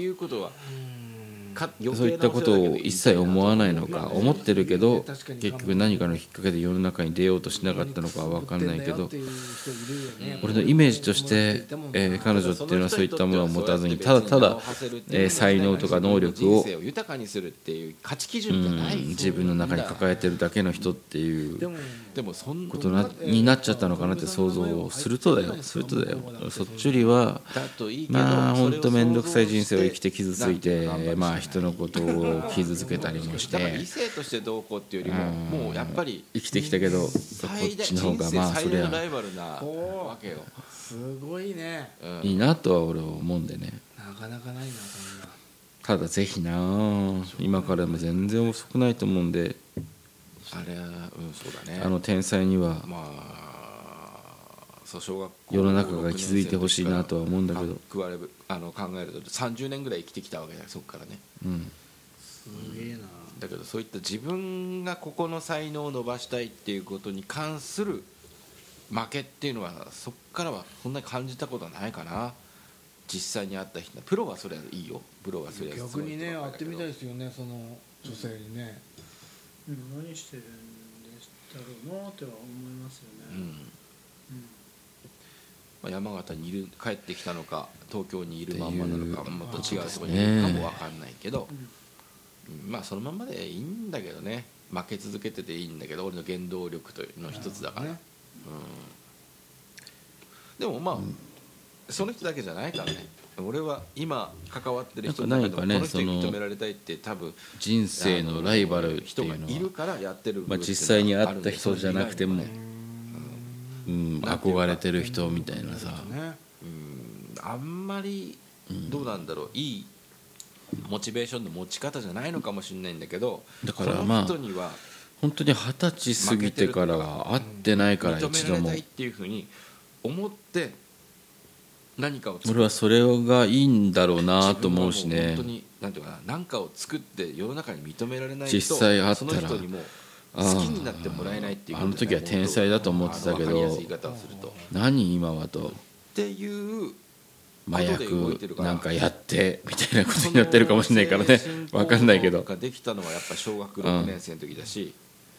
そういったことを一切思わないのか、思ってるけど結局何かのきっかけで世の中に出ようとしなかったのかは分かんないけど、俺のイメージとして、えー、彼女っていうのはそういったものを持たずに、ただただ、えー、才能とか能力を、うん、自分の中に抱えてるだけの人っていうことなになっちゃったのかなって想像するとだよするとだよそっちよりはまあ本当面倒くさい人生を生きて傷ついて、まあ人のことを傷つけたりもして、 異性としてどうこうっていうよりも、もうやっぱり生きてきたけど、こっちの方がまあそれはすごいね、 いいなとは俺は思うんでね。 なかなかないな、そんな。 ただぜひな、今からも全然遅くないと思うんで、 あれは、うん、そうだね、 あの天才には、 まあ小学校世の中が気づいてほしいなとは思うんだけど、 ああの考えるとさんじゅうねんぐらい生きてきたわけだよ、そこからね。 うん、 すげえな。 だけどそういった自分がここの才能を伸ばしたいっていうことに関する負けっていうのはそこからはそんなに感じたことはないかな。実際に会った人、プロはそれはいいよ、プロはそれは逆にね会ってみたいですよね、その女性にね、 うん、何してるんだろうなっては思いますよね、 うんうんまあ、山形にいる帰ってきたのか東京にいるまんまなのかもっと違うところにいるかも分かんないけど、うん、まあそのまんまでいいんだけどね、負け続けてていいんだけど俺の原動力というの一つだから、ねうん、でもまあ、うんその人だけじゃないからね。俺は今関わってる人の中でもこの人に認められたいって多分人生のライバルっていうのは人がいるからやってる、 まあ、実際に会った人じゃなくても、うん、憧れてる人みたいなさ、 うんあんまりどうなんだろう、いいモチベーションの持ち方じゃないのかもしれないんだけど、 だからまあこの人には本当に二十歳過ぎてからは会ってないから一度も認められたいっていうふうに思って何かを俺はそれがいいんだろうなと思うしね。 本当に何ていうかな、何かを作って世の中に認められないと実際会ったらその人にも好きになってもらえないっていうあの時は天才だと思ってたけど何今はとっていう麻薬なんかやってみたいなことになってるかもしれないからね分かんないけどができたのはやっぱ小学ろくねん生の時だし、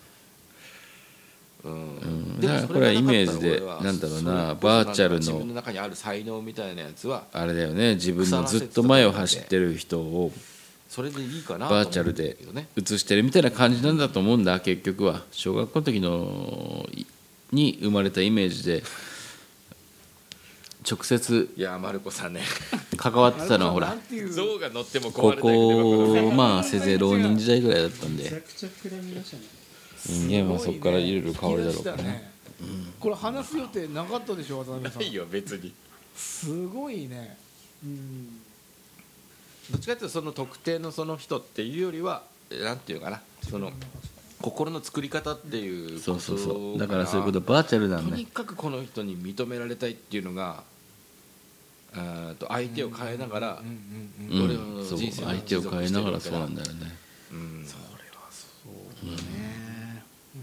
うんうん、だからこれはイメージでなんだろうな、バーチャル自分のの中にある才能みたいなやつはあれだよね、自分のずっと前を走ってる人をそれでいいかなバーチャルで映してるみたいな感じなんだと思うんだ。結局は小学校の時のに生まれたイメージで直接いやマルコさんね関わってたのはほら象が乗っても高壊れない校まあせいぜい浪人時代ぐらいだったんでめちゃくちゃ膨らみましたね。 人間はそこからいろいろ変わるだろうからね。 ね、うん、これ話す予定なかったでしょ渡辺さん。 ないよ別に。 すごいね。 うん。 どっちかというとその特定のその人っていうよりはなんていうかな、その心の作り方っていうそうそうそう、だからそういうことバーチャルなんだ。 とにかくこの人に認められたいっていうのがと相手を変えながら俺の人生を相手を変えながらそうなんだよね、 うん、それはそうだね、うん、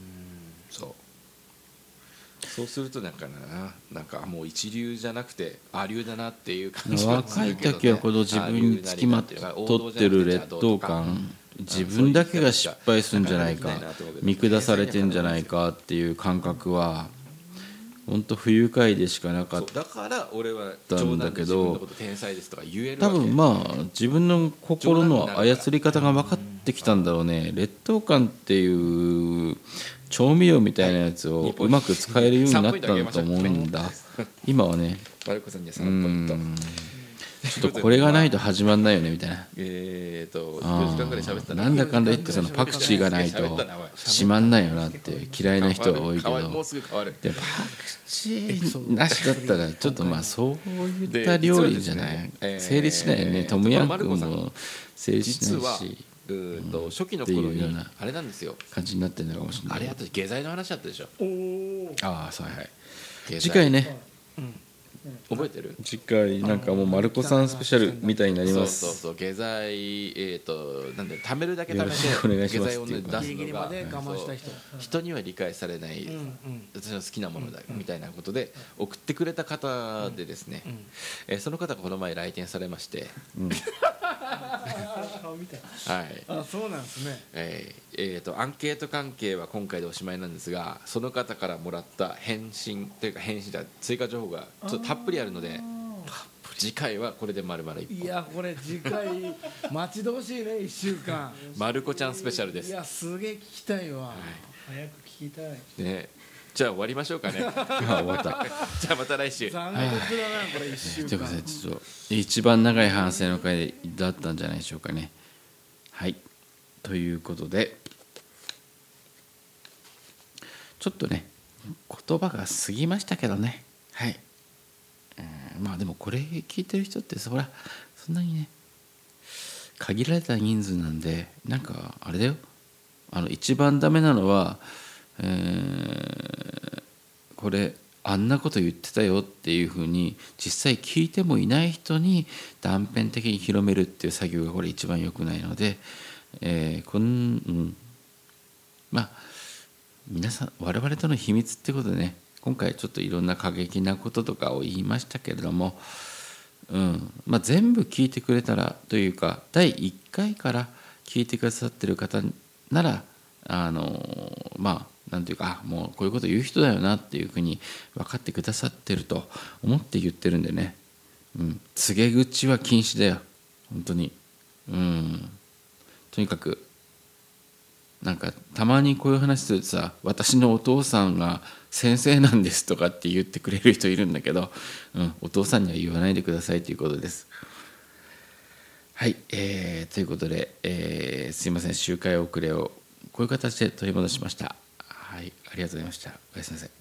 そうそうするとなんかな、なんかもう一流じゃなくてア流だなっていう感じがするけど、ね、若い時はこの自分につきまとってる劣等感、自分だけが失敗するんじゃないか、見下されてんじゃないかっていう感覚は本当不愉快でしかなかったんだけど、 だから俺は冗談で自分のこと天才ですとか言える多わけ。 分まあ自分の心の操り方が分かってきたんだろうね。劣等感っていう調味料みたいなやつをうまく使えるようになったんだと思うんだ今はね。 マルコさんにはさんポイント。 ちょっとこれがないと始まんないよねみたいな。 えーとよじかんぐらい喋ったな。 なんだかんだ言ってそのパクチーがないと閉まんないよなって嫌いな人は多いけど、でパクチーなしだったらちょっとまあそういった料理じゃない成立しないよね。トムヤムクンも成立しないし、 うんと初期の頃にあれなんですよ感じになってるのかもしれない。 あれあと下剤の話だったでしょ。 ああそうはい。次回ね。 覚えてる？ 次回なんかもうマルコさんスペシャルみたいになります。 そうそうそう、下剤えっ、ー、となんで貯めるだけ貯めて下剤をね出すのが人には理解されない、うんうん、私の好きなものだみたいなことで送ってくれた方でですね、うんうん、えー、その方がこの前来店されまして、うん、はい。 あ、そうなんですね。 えー、えーとアンケート関係は今回でおしまいなんですが、その方からもらった返信というか返信だ追加情報がちょっとたっぷりあるので、次回はこれで丸々いっぽん。 いやこれ次回待ち遠しいね。いっしゅうかんまる子ちゃんスペシャルです。 いやすげえ聞きたいわ、はい、 早く聞きたいね。じゃあ終わりましょうかね。 あ終わった。 じゃあまた来週。 残酷だなこれいっしゅうかん。 ということでちょっと一番長い反省の回だったんじゃないでしょうかね。はいということでちょっとね言葉が過ぎましたけどね。はい、うん、まあでもこれ聞いてる人ってそりゃそんなにね限られた人数なんで、なんかあれだよ、あの一番ダメなのは、えー、これあんなこと言ってたよっていうふうに実際聞いてもいない人に断片的に広めるっていう作業がこれ一番良くないので、 えー、こん、うん、まあ皆さん我々との秘密ってことでね、今回ちょっといろんな過激なこととかを言いましたけれども、うんまあ、全部聞いてくれたらというかだいいっかいから聞いてくださってる方ならあのまあなんていうかあもうこういうこと言う人だよなっていうふうに分かってくださってると思って言ってるんでね、うん、告げ口は禁止だよ本当に。うんとにかくなんかたまにこういう話するとさ、私のお父さんが先生なんですとかって言ってくれる人いるんだけど、うん、お父さんには言わないでくださいということです。はい、えー、ということで、えー、すいません周回遅れをこういう形で取り戻しました。はい、ありがとうございました。おやすみなさい。